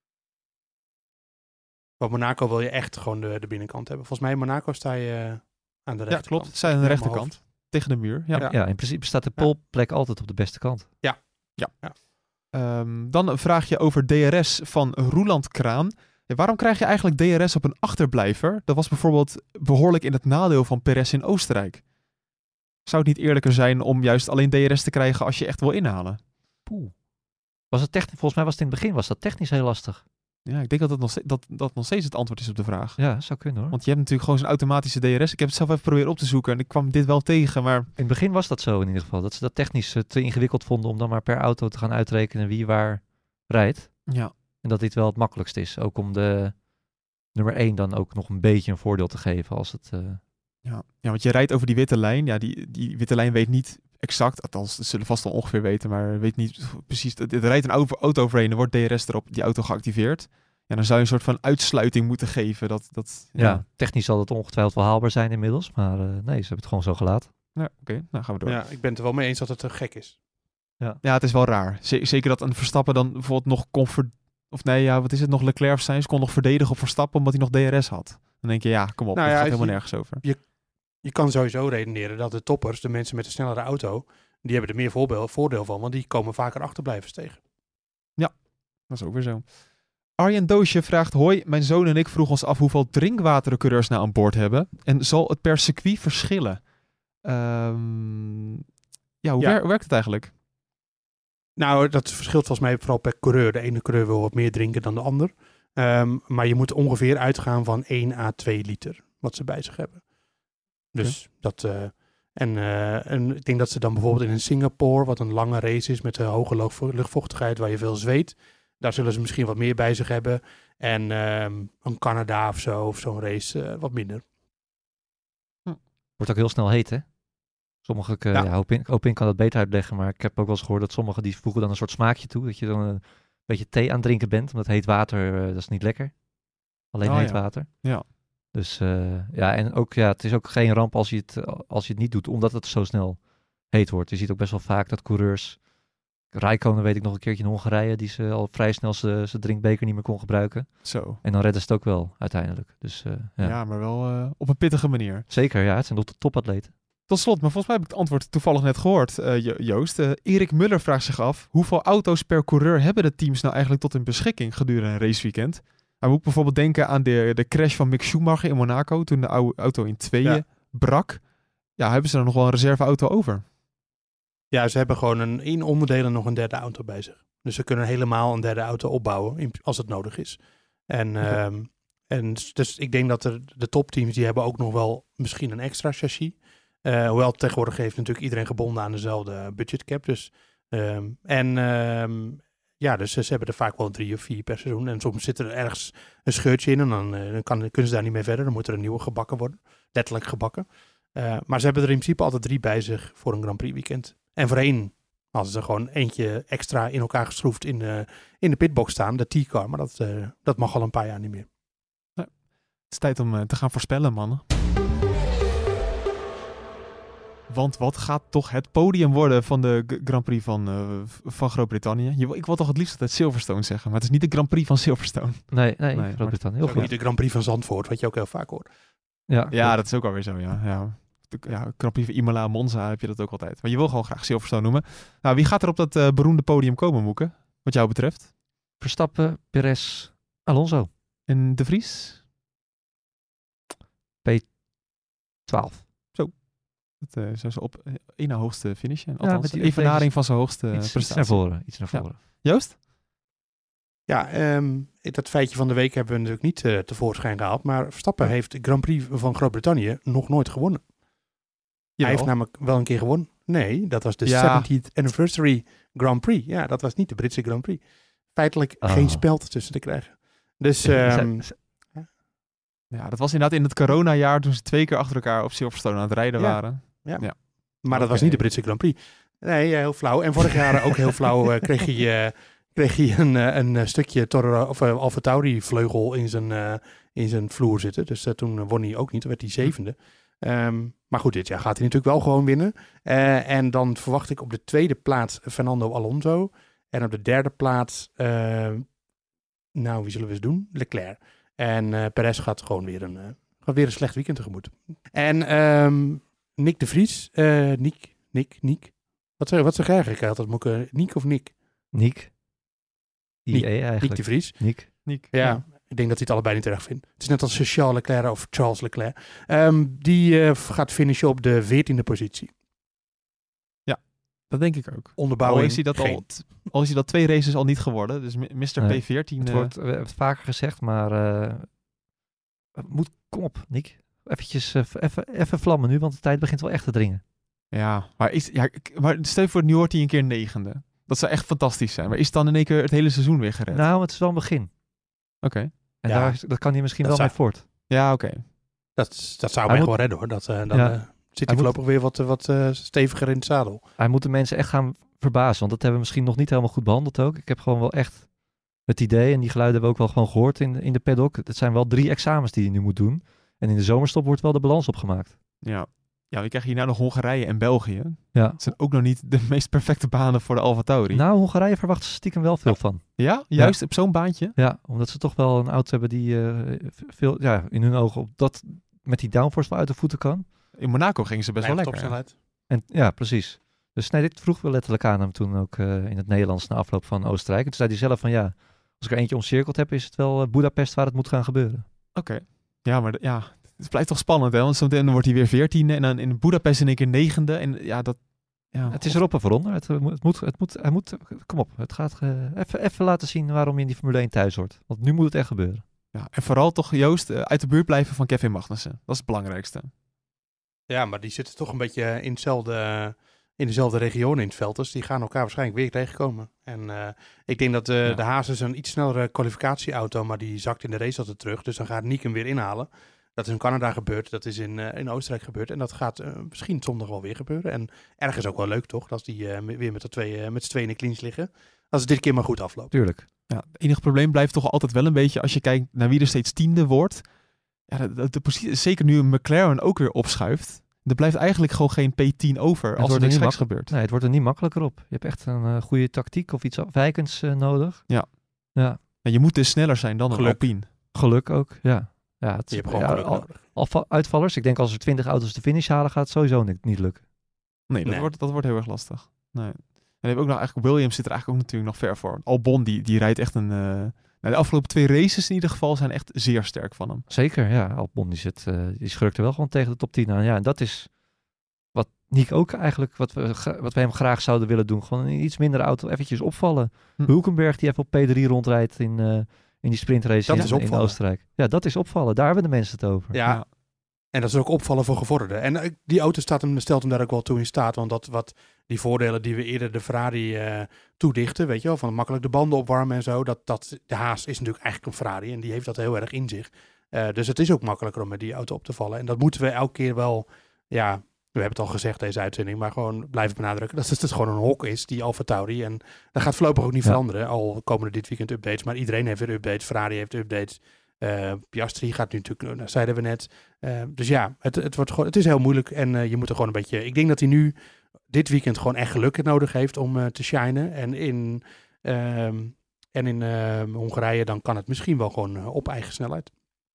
Want Monaco wil je echt gewoon de, de binnenkant hebben. Volgens mij in Monaco sta je uh, aan de rechterkant. Ja, klopt. Het zijn aan de rechterkant. Tegen de muur. Ja, ja. ja in principe staat de poleplek altijd op de beste kant. Ja. ja. ja. Um, dan een vraagje over D R S van Roeland Kraan. Ja, waarom krijg je eigenlijk D R S op een achterblijver? Dat was bijvoorbeeld behoorlijk in het nadeel van Perez in Oostenrijk. Zou het niet eerlijker zijn om juist alleen D R S te krijgen als je echt wil inhalen? Poeh. Was het technisch, volgens mij was het in het begin was dat technisch heel lastig. Ja, ik denk dat dat nog, steeds, dat, dat nog steeds het antwoord is op de vraag. Ja, zou kunnen hoor. Want je hebt natuurlijk gewoon zo'n automatische D R S. Ik heb het zelf even proberen op te zoeken en ik kwam dit wel tegen, maar... In het begin was dat zo in ieder geval. Dat ze dat technisch te ingewikkeld vonden om dan maar per auto te gaan uitrekenen wie waar rijdt. Ja. En dat dit wel het makkelijkst is. Ook om de nummer één dan ook nog een beetje een voordeel te geven als het... Uh... Ja. ja, want je rijdt over die witte lijn. Ja, die, die witte lijn weet niet exact, althans, ze zullen vast wel ongeveer weten, maar weet niet precies. Er rijdt een auto overheen, er wordt D R S erop, die auto geactiveerd. Ja, dan zou je een soort van uitsluiting moeten geven. Dat, dat, ja. ja, technisch zal het ongetwijfeld wel haalbaar zijn inmiddels, maar uh, nee, ze hebben het gewoon zo gelaten. Ja, oké, okay, nou gaan we door. Ja, ik ben het er wel mee eens dat het te gek is. Ja, ja het is wel raar. Z- zeker dat een Verstappen dan bijvoorbeeld nog kon ver- of nee, ja, wat is het, nog Leclerc zijn, ze kon nog verdedigen op Verstappen omdat hij nog D R S had. Dan denk je, ja, kom op, nou dat ja, gaat helemaal je, nergens over. Je, je kan sowieso redeneren dat de toppers, de mensen met de snellere auto, die hebben er meer voorbeeld, voordeel van, want die komen vaker achterblijvers tegen. Ja, dat is ook weer zo. Arjen Doosje vraagt, hoi, mijn zoon en ik vroegen ons af hoeveel drinkwatercoureurs nou aan boord hebben. En zal het per circuit verschillen? Um, ja, hoe, Ja. wer- hoe werkt het eigenlijk? Nou, dat verschilt volgens mij vooral per coureur. De ene coureur wil wat meer drinken dan de ander. Um, maar je moet ongeveer uitgaan van één à twee liter wat ze bij zich hebben. Dus okay. dat... Uh, en, uh, en ik denk dat ze dan bijvoorbeeld in Singapore, wat een lange race is met een hoge luchtvochtigheid waar je veel zweet, daar zullen ze misschien wat meer bij zich hebben. En um, een Canada of zo, of zo'n race, uh, wat minder. Hm. Wordt ook heel snel heet, hè? Sommige, uh, ja. ja, Hopin, Hopin kan dat beter uitleggen, maar ik heb ook wel eens gehoord dat sommigen die voegen dan een soort smaakje toe, dat je dan een beetje thee aan het drinken bent, omdat heet water, uh, dat is niet lekker. Alleen oh, heet ja. water. Ja. Dus uh, ja, en ook ja, het is ook geen ramp als je het, als je het niet doet, omdat het zo snel heet wordt. Je ziet ook best wel vaak dat coureurs, Räikkönen weet ik nog een keertje in Hongarije, die ze al vrij snel zijn drinkbeker niet meer kon gebruiken. Zo. En dan redden ze het ook wel uiteindelijk. Dus, uh, ja. ja, maar wel uh, op een pittige manier. Zeker, ja, het zijn de topatleten. Tot slot, maar volgens mij heb ik het antwoord toevallig net gehoord, uh, Joost. Uh, Erik Muller vraagt zich af, hoeveel auto's per coureur hebben de teams nou eigenlijk tot hun beschikking gedurende een raceweekend? Hij moet bijvoorbeeld denken aan de, de crash van Mick Schumacher in Monaco, toen de auto in tweeën ja. brak. Ja, hebben ze dan nog wel een reserveauto over? Ja, ze hebben gewoon een, in onderdelen nog een derde auto bij zich. Dus ze kunnen helemaal een derde auto opbouwen in, als het nodig is. En, okay. um, en dus ik denk dat er, de topteams, die hebben ook nog wel misschien een extra chassis. Uh, hoewel tegenwoordig heeft natuurlijk iedereen gebonden aan dezelfde budgetcap. Dus, um, en um, ja, dus ze hebben er vaak wel drie of vier per seizoen. En soms zit er ergens een scheurtje in en dan, uh, dan kan, kunnen ze daar niet meer verder. Dan moet er een nieuwe gebakken worden. Letterlijk gebakken. Uh, maar ze hebben er in principe altijd drie bij zich voor een Grand Prix weekend. En voor één hadden ze gewoon eentje extra in elkaar geschroefd in de, in de pitbox staan. De T-car. Maar dat, uh, dat mag al een paar jaar niet meer. Ja, het is tijd om uh, te gaan voorspellen, mannen. Want wat gaat toch het podium worden van de G- Grand Prix van, uh, van Groot-Brittannië? Je, ik wil toch het liefst altijd Silverstone zeggen, maar het is niet de Grand Prix van Silverstone. Nee, nee, nee Groot-Brittannië. Heel goed. Niet de Grand Prix van Zandvoort, wat je ook heel vaak hoort. Ja, ja dat is ook alweer zo, ja. ja. De, ja, Grand Prix van Imola, Monza heb je dat ook altijd. Maar je wil gewoon graag Silverstone noemen. Nou, wie gaat er op dat uh, beroemde podium komen, Moeke? Wat jou betreft? Verstappen, Perez, Alonso. En De Vries? P twaalf. Dat uh, zou ze op één na hoogste finishen. Ja, althans, een evenaring van zijn hoogste iets, prestatie. Iets naar voren. Iets naar voren. Ja. Joost? Ja, um, dat feitje van de week hebben we natuurlijk niet uh, tevoorschijn gehaald. Maar Verstappen ja. heeft de Grand Prix van Groot-Brittannië nog nooit gewonnen. Jawel. Hij heeft namelijk wel een keer gewonnen. Nee, dat was de ja. seventieth Anniversary Grand Prix. Ja, dat was niet de Britse Grand Prix. Feitelijk oh. geen speld tussen te krijgen. Dus... Um, ja, dat was inderdaad in het coronajaar toen ze twee keer achter elkaar op Silverstone aan het rijden ja. waren. Ja. ja. Maar dat okay. was niet de Britse Grand Prix. Nee, heel flauw. En vorig jaar ook heel flauw uh, kreeg hij, uh, kreeg hij een, uh, een stukje Toro, of, uh, Alfa Tauri vleugel in zijn, uh, in zijn vloer zitten. Dus uh, toen won hij ook niet. Toen werd hij zevende. Um, maar goed, dit jaar gaat hij natuurlijk wel gewoon winnen. Uh, en dan verwacht ik op de tweede plaats Fernando Alonso. En op de derde plaats, uh, nou wie zullen we eens doen? Leclerc. En uh, Perez gaat gewoon weer een, uh, gaat weer een slecht weekend tegemoet. En um, Nick de Vries. Uh, Nick, Nick, Nick. Wat zeg, wat zeg jij eigenlijk altijd? Moet ik, uh, Nick of Nick? Nick. Nick, eigenlijk. Nick de Vries. Nick. Nick. Ja, ja, ik denk dat hij het allebei niet erg vindt. Het is net als Charles Leclerc of Charles Leclerc. Um, die uh, gaat finishen op de veertiende positie. Ja, dat denk ik ook. Onderbouwing. Al is hij dat, al, al, is hij dat twee races al niet geworden. Dus mister nee, P veertien... Het uh, wordt uh, vaker gezegd, maar... Uh, moet, kom op, Nick. Eventjes, uh, even vlammen nu, want de tijd begint wel echt te dringen. Ja, maar, is, ja, maar stel je voor, nu wordt hij een keer negende. Dat zou echt fantastisch zijn. Maar is het dan in één keer het hele seizoen weer gered? Nou, het is wel een begin. Oké. Okay. En ja, daar, dat kan hij misschien wel zou, mee voort. Ja, oké. Okay. Dat, dat zou mij gewoon redden, hoor. Dat, uh, dan ja, uh, zit hij voorlopig moet, weer wat, wat uh, steviger in het zadel. Hij moet de mensen echt gaan verbazen, want dat hebben we misschien nog niet helemaal goed behandeld ook. Ik heb gewoon wel echt het idee, en die geluiden hebben we ook wel gewoon gehoord in, in de paddock. Het zijn wel drie examens die hij nu moet doen. En in de zomerstop wordt wel de balans opgemaakt. Ja. Ja, we krijgen hier nou nog Hongarije en België. Ja. Dat zijn ook nog niet de meest perfecte banen voor de Alfa Tauri. Nou, Hongarije verwachten ze stiekem wel veel van. Ja? Juist ja. op zo'n baantje? Ja, omdat ze toch wel een auto hebben die uh, veel, ja, in hun ogen op dat, met die downforce wel uit de voeten kan. In Monaco gingen ze best wel lekker. Ja. En, ja, precies. Dus nee, dit vroeg we letterlijk aan hem toen ook uh, in het Nederlands na afloop van Oostenrijk. En toen zei hij zelf van ja, als ik er eentje omcirkeld heb, is het wel uh, Budapest waar het moet gaan gebeuren. Oké. Okay. Ja, maar d- ja... Het blijft toch spannend, hè? Want zometeen wordt hij weer veertiende en dan in Budapest in één keer negende. En ja, dat, Ja, Het is erop en vooronder. Het, moet, het moet, het moet, hij moet, kom op, het gaat uh, even, even laten zien waarom je in die Formule één thuis hoort. Want nu moet het echt gebeuren. Ja, en vooral toch, Joost, uh, uit de buurt blijven van Kevin Magnussen. Dat is het belangrijkste. Ja, maar die zitten toch een beetje in, hetzelfde, in dezelfde region in het veld. Dus die gaan elkaar waarschijnlijk weer tegenkomen. En uh, ik denk dat uh, ja. de Haas is een iets snellere kwalificatieauto, maar die zakt in de race altijd terug. Dus dan gaat Nick hem weer inhalen. Dat is in Canada gebeurd, dat is in, uh, in Oostenrijk gebeurd. En dat gaat uh, misschien zondag wel weer gebeuren. En ergens ook wel leuk toch, als die uh, weer met, de twee, uh, met z'n tweeën in de clinch liggen. Als het dit keer maar goed afloopt. Tuurlijk. Ja, het enige probleem blijft toch altijd wel een beetje, als je kijkt naar wie er steeds tiende wordt. Ja, de, de, de positie, zeker nu een McLaren ook weer opschuift. Er blijft eigenlijk gewoon geen P tien over het als er niks geks mak- gebeurt. Nee, het wordt er niet makkelijker op. Je hebt echt een uh, goede tactiek of iets afwijkends uh, nodig. Ja. Ja. Ja, je moet dus sneller zijn dan Geluk. een Alpine. Geluk ook, ja. Ja, het, Je hebt gewoon ja, geluk al, nodig. al, uitvallers. Ik denk als er twintig auto's de finish halen, gaat het sowieso niet, niet lukken. Nee, dat, Nee. Wordt, dat wordt heel erg lastig. Nee. En je hebt ook nog eigenlijk, Williams zit er eigenlijk ook natuurlijk nog ver voor. Albon, die, die rijdt echt een... Uh, nou, de afgelopen twee races in ieder geval zijn echt zeer sterk van hem. Zeker, ja. Albon die, zit, uh, die schurkt er wel gewoon tegen de top tien aan. Ja, en dat is wat Nick ook eigenlijk, wat we, wat we hem graag zouden willen doen. Gewoon in een iets mindere auto eventjes opvallen. Hm. Hulkenberg die even op P drie rondrijdt in, uh, in die sprintrace Dat in, is in opvallen. Oostenrijk. Ja, dat is opvallen. Daar hebben de mensen het over. Ja, Ja. en dat is ook opvallen voor gevorderden. En uh, die auto staat hem, stelt hem daar ook wel toe in staat. Want dat wat die voordelen die we eerder de Ferrari uh, toedichten, weet je wel, van makkelijk de banden opwarmen en zo. Dat, dat, de Haas is natuurlijk eigenlijk een Ferrari en die heeft dat heel erg in zich. Uh, dus het is ook makkelijker om met die auto op te vallen. En dat moeten we elke keer wel, ja, we hebben het al gezegd deze uitzending, maar gewoon blijven benadrukken dat het dus gewoon een hok is, die AlphaTauri. En dat gaat voorlopig ook niet Ja. veranderen. Al komen er dit weekend updates, maar iedereen heeft weer updates. Ferrari heeft updates. Uh, Piastri gaat nu natuurlijk, dat zeiden we net. Uh, dus ja, het, het, wordt gewoon, het is heel moeilijk en uh, je moet er gewoon een beetje... Ik denk dat hij nu dit weekend gewoon echt geluk nodig heeft om uh, te shinen. En in, uh, en in uh, Hongarije dan kan het misschien wel gewoon uh, op eigen snelheid.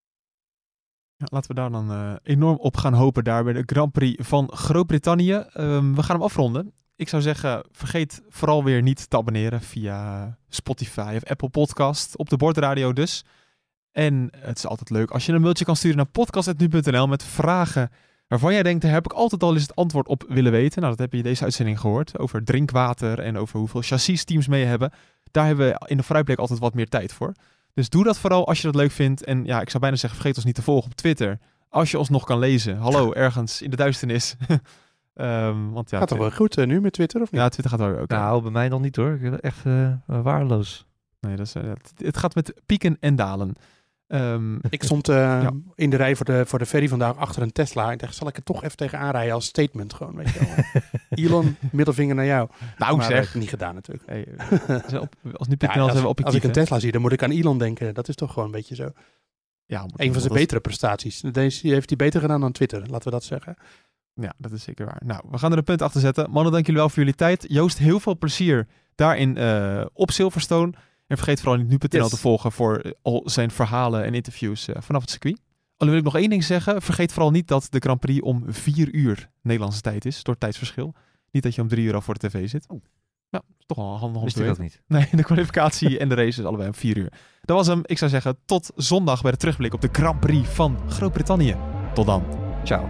Ja, laten we daar dan uh, enorm op gaan hopen daar bij de Grand Prix van Groot-Brittannië. Um, we gaan hem afronden. Ik zou zeggen, vergeet vooral weer niet te abonneren via Spotify of Apple Podcast. Op de Bordradio dus. En het is altijd leuk als je een mailtje kan sturen naar podcast punt nu punt n l met vragen waarvan jij denkt, daar heb ik altijd al eens het antwoord op willen weten. Nou, dat heb je in deze uitzending gehoord. Over drinkwater en over hoeveel chassis teams mee hebben. Daar hebben we in de vooruitblik altijd wat meer tijd voor. Dus doe dat vooral als je dat leuk vindt. En ja, ik zou bijna zeggen, vergeet ons niet te volgen op Twitter. Als je ons nog kan lezen. Hallo, ergens in de duisternis. um, want ja, gaat toch wel goed uh, nu met Twitter of niet? Ja, Twitter gaat wel ook. Nou, bij mij nog niet hoor. Ik ben echt uh, waardeloos. Nee, dat is, uh, het, het gaat met pieken en dalen. Um, ik stond uh, ja. in de rij voor de, voor de ferry vandaag achter een Tesla. Ik dacht, zal ik er toch even tegen aanrijden als statement gewoon, weet je wel. Elon, middelvinger naar jou. Nou maar zeg. Dat heb ik niet gedaan natuurlijk. Hey, op, als nu ja, als, als, we als ik een Tesla zie, dan moet ik aan Elon denken. Dat is toch gewoon een beetje zo. Ja, een van zijn betere prestaties. Deze heeft hij beter gedaan dan Twitter, laten we dat zeggen. Ja, dat is zeker waar. Nou, we gaan er een punt achter zetten. Mannen, dank jullie wel voor jullie tijd. Joost, heel veel plezier daarin uh, op Silverstone. En vergeet vooral niet nu punt n l yes. te volgen voor uh, al zijn verhalen en interviews uh, vanaf het circuit. Alleen wil ik nog één ding zeggen. Vergeet vooral niet dat de Grand Prix om vier uur Nederlandse tijd is, door het tijdsverschil. Niet dat je om drie uur al voor de tv zit. Oh. Nou, is toch wel handig om te weten. Wist ik ook niet. Nee, de kwalificatie en de race is allebei om vier uur. Dat was hem. Ik zou zeggen, tot zondag bij de terugblik op de Grand Prix van Groot-Brittannië. Tot dan. Ciao.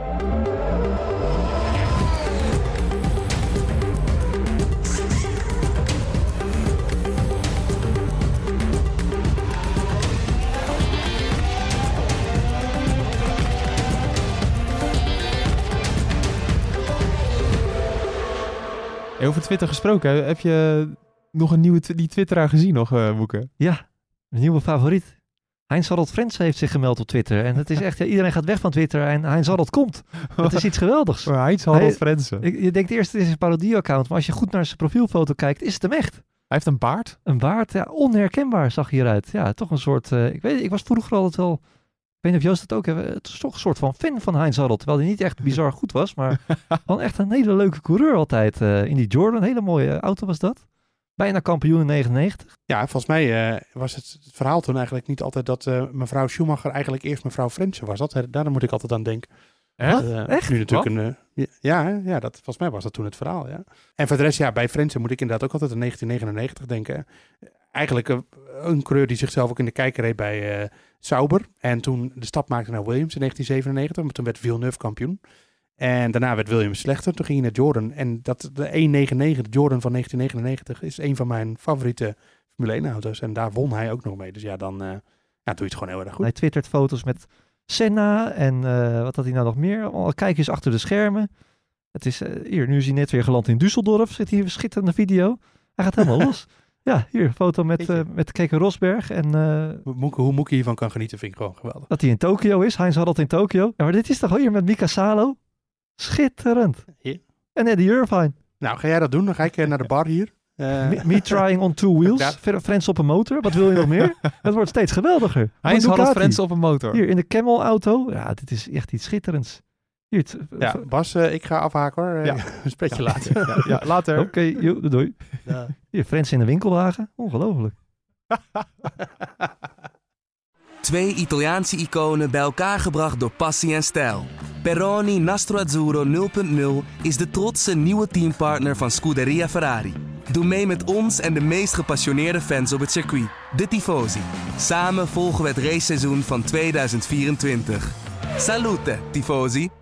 Over Twitter gesproken, heb je nog een nieuwe t- die Twitteraar gezien nog, uh, Boeken? Ja, een nieuwe favoriet. Heinz Harald Frentzen heeft zich gemeld op Twitter. En het is echt, ja, iedereen gaat weg van Twitter en Heinz Harald komt. Het is iets geweldigs. Maar Heinz Harald Frentzen. Je denkt eerst, het is een parodie-account. Maar als je goed naar zijn profielfoto kijkt, is het hem echt. Hij heeft een baard? Een baard, ja, onherkenbaar zag hij eruit. Ja, toch een soort, uh, ik weet ik was vroeger altijd wel... Ik weet niet of Joost het ook heeft. Het is toch een soort van fan van Heinz Harald. Terwijl hij niet echt bizar goed was. Maar gewoon echt een hele leuke coureur altijd. Uh, in die Jordan. Een hele mooie auto was dat. Bijna kampioen in negenennegentig. Ja, volgens mij uh, was het, het verhaal toen eigenlijk niet altijd dat uh, mevrouw Schumacher eigenlijk eerst mevrouw Frentzen was. Dat, daar moet ik altijd aan denken. Echt? Uh, echt? Nu natuurlijk een, uh, ja, ja dat, volgens mij was dat toen het verhaal. Ja. En voor de rest, ja, bij Frentzen moet ik inderdaad ook altijd aan negentien negenennegentig denken. Eigenlijk uh, een coureur die zichzelf ook in de kijker reed bij uh, Sauber. En toen de stap maakte naar Williams in negentien zevenennegentig. Maar toen werd Villeneuve kampioen. En daarna werd Williams slechter. Toen ging hij naar Jordan. En dat, de honderdnegenennegentig, de Jordan van negentien negenennegentig, is een van mijn favoriete Formule één auto's. En daar won hij ook nog mee. Dus ja, dan uh, ja, doe je het gewoon heel erg goed. Hij twittert foto's met Senna en uh, wat had hij nou nog meer? Al kijkjes achter de schermen. Het is, uh, hier, nu is hij net weer geland in Düsseldorf. Zit hier een schitterende video. Hij gaat helemaal los. Ja, hier een foto met, uh, met Keke Rosberg. En, uh, Moeke, hoe Moeke hiervan kan genieten vind ik gewoon geweldig. Dat hij in Tokio is. Heinz had het in Tokio. Ja, maar dit is toch hier met Mika Salo? Schitterend. Ja. En Eddie Irvine. Nou, ga jij dat doen? Dan ga ik uh, naar de bar hier. Uh... Me, me trying on two wheels. Ja. Friends op een motor. Wat wil je nog meer? Het wordt steeds geweldiger. Heinz had het Friends op een motor. Hier in de Camel auto. Ja, dit is echt iets schitterends. Hier, het, ja, Bas, uh, ik ga afhaken hoor. Ja. Een spetje ja. later. Ja, ja, later. Oké, okay, doei. Ja. Hier, Friends in de winkelwagen. Ongelooflijk. Twee Italiaanse iconen bij elkaar gebracht door passie en stijl. Peroni Nastro Azzurro nul punt nul is de trotse nieuwe teampartner van Scuderia Ferrari. Doe mee met ons en de meest gepassioneerde fans op het circuit, de Tifosi. Samen volgen we het raceseizoen van tweeduizend vierentwintig. Salute, Tifosi!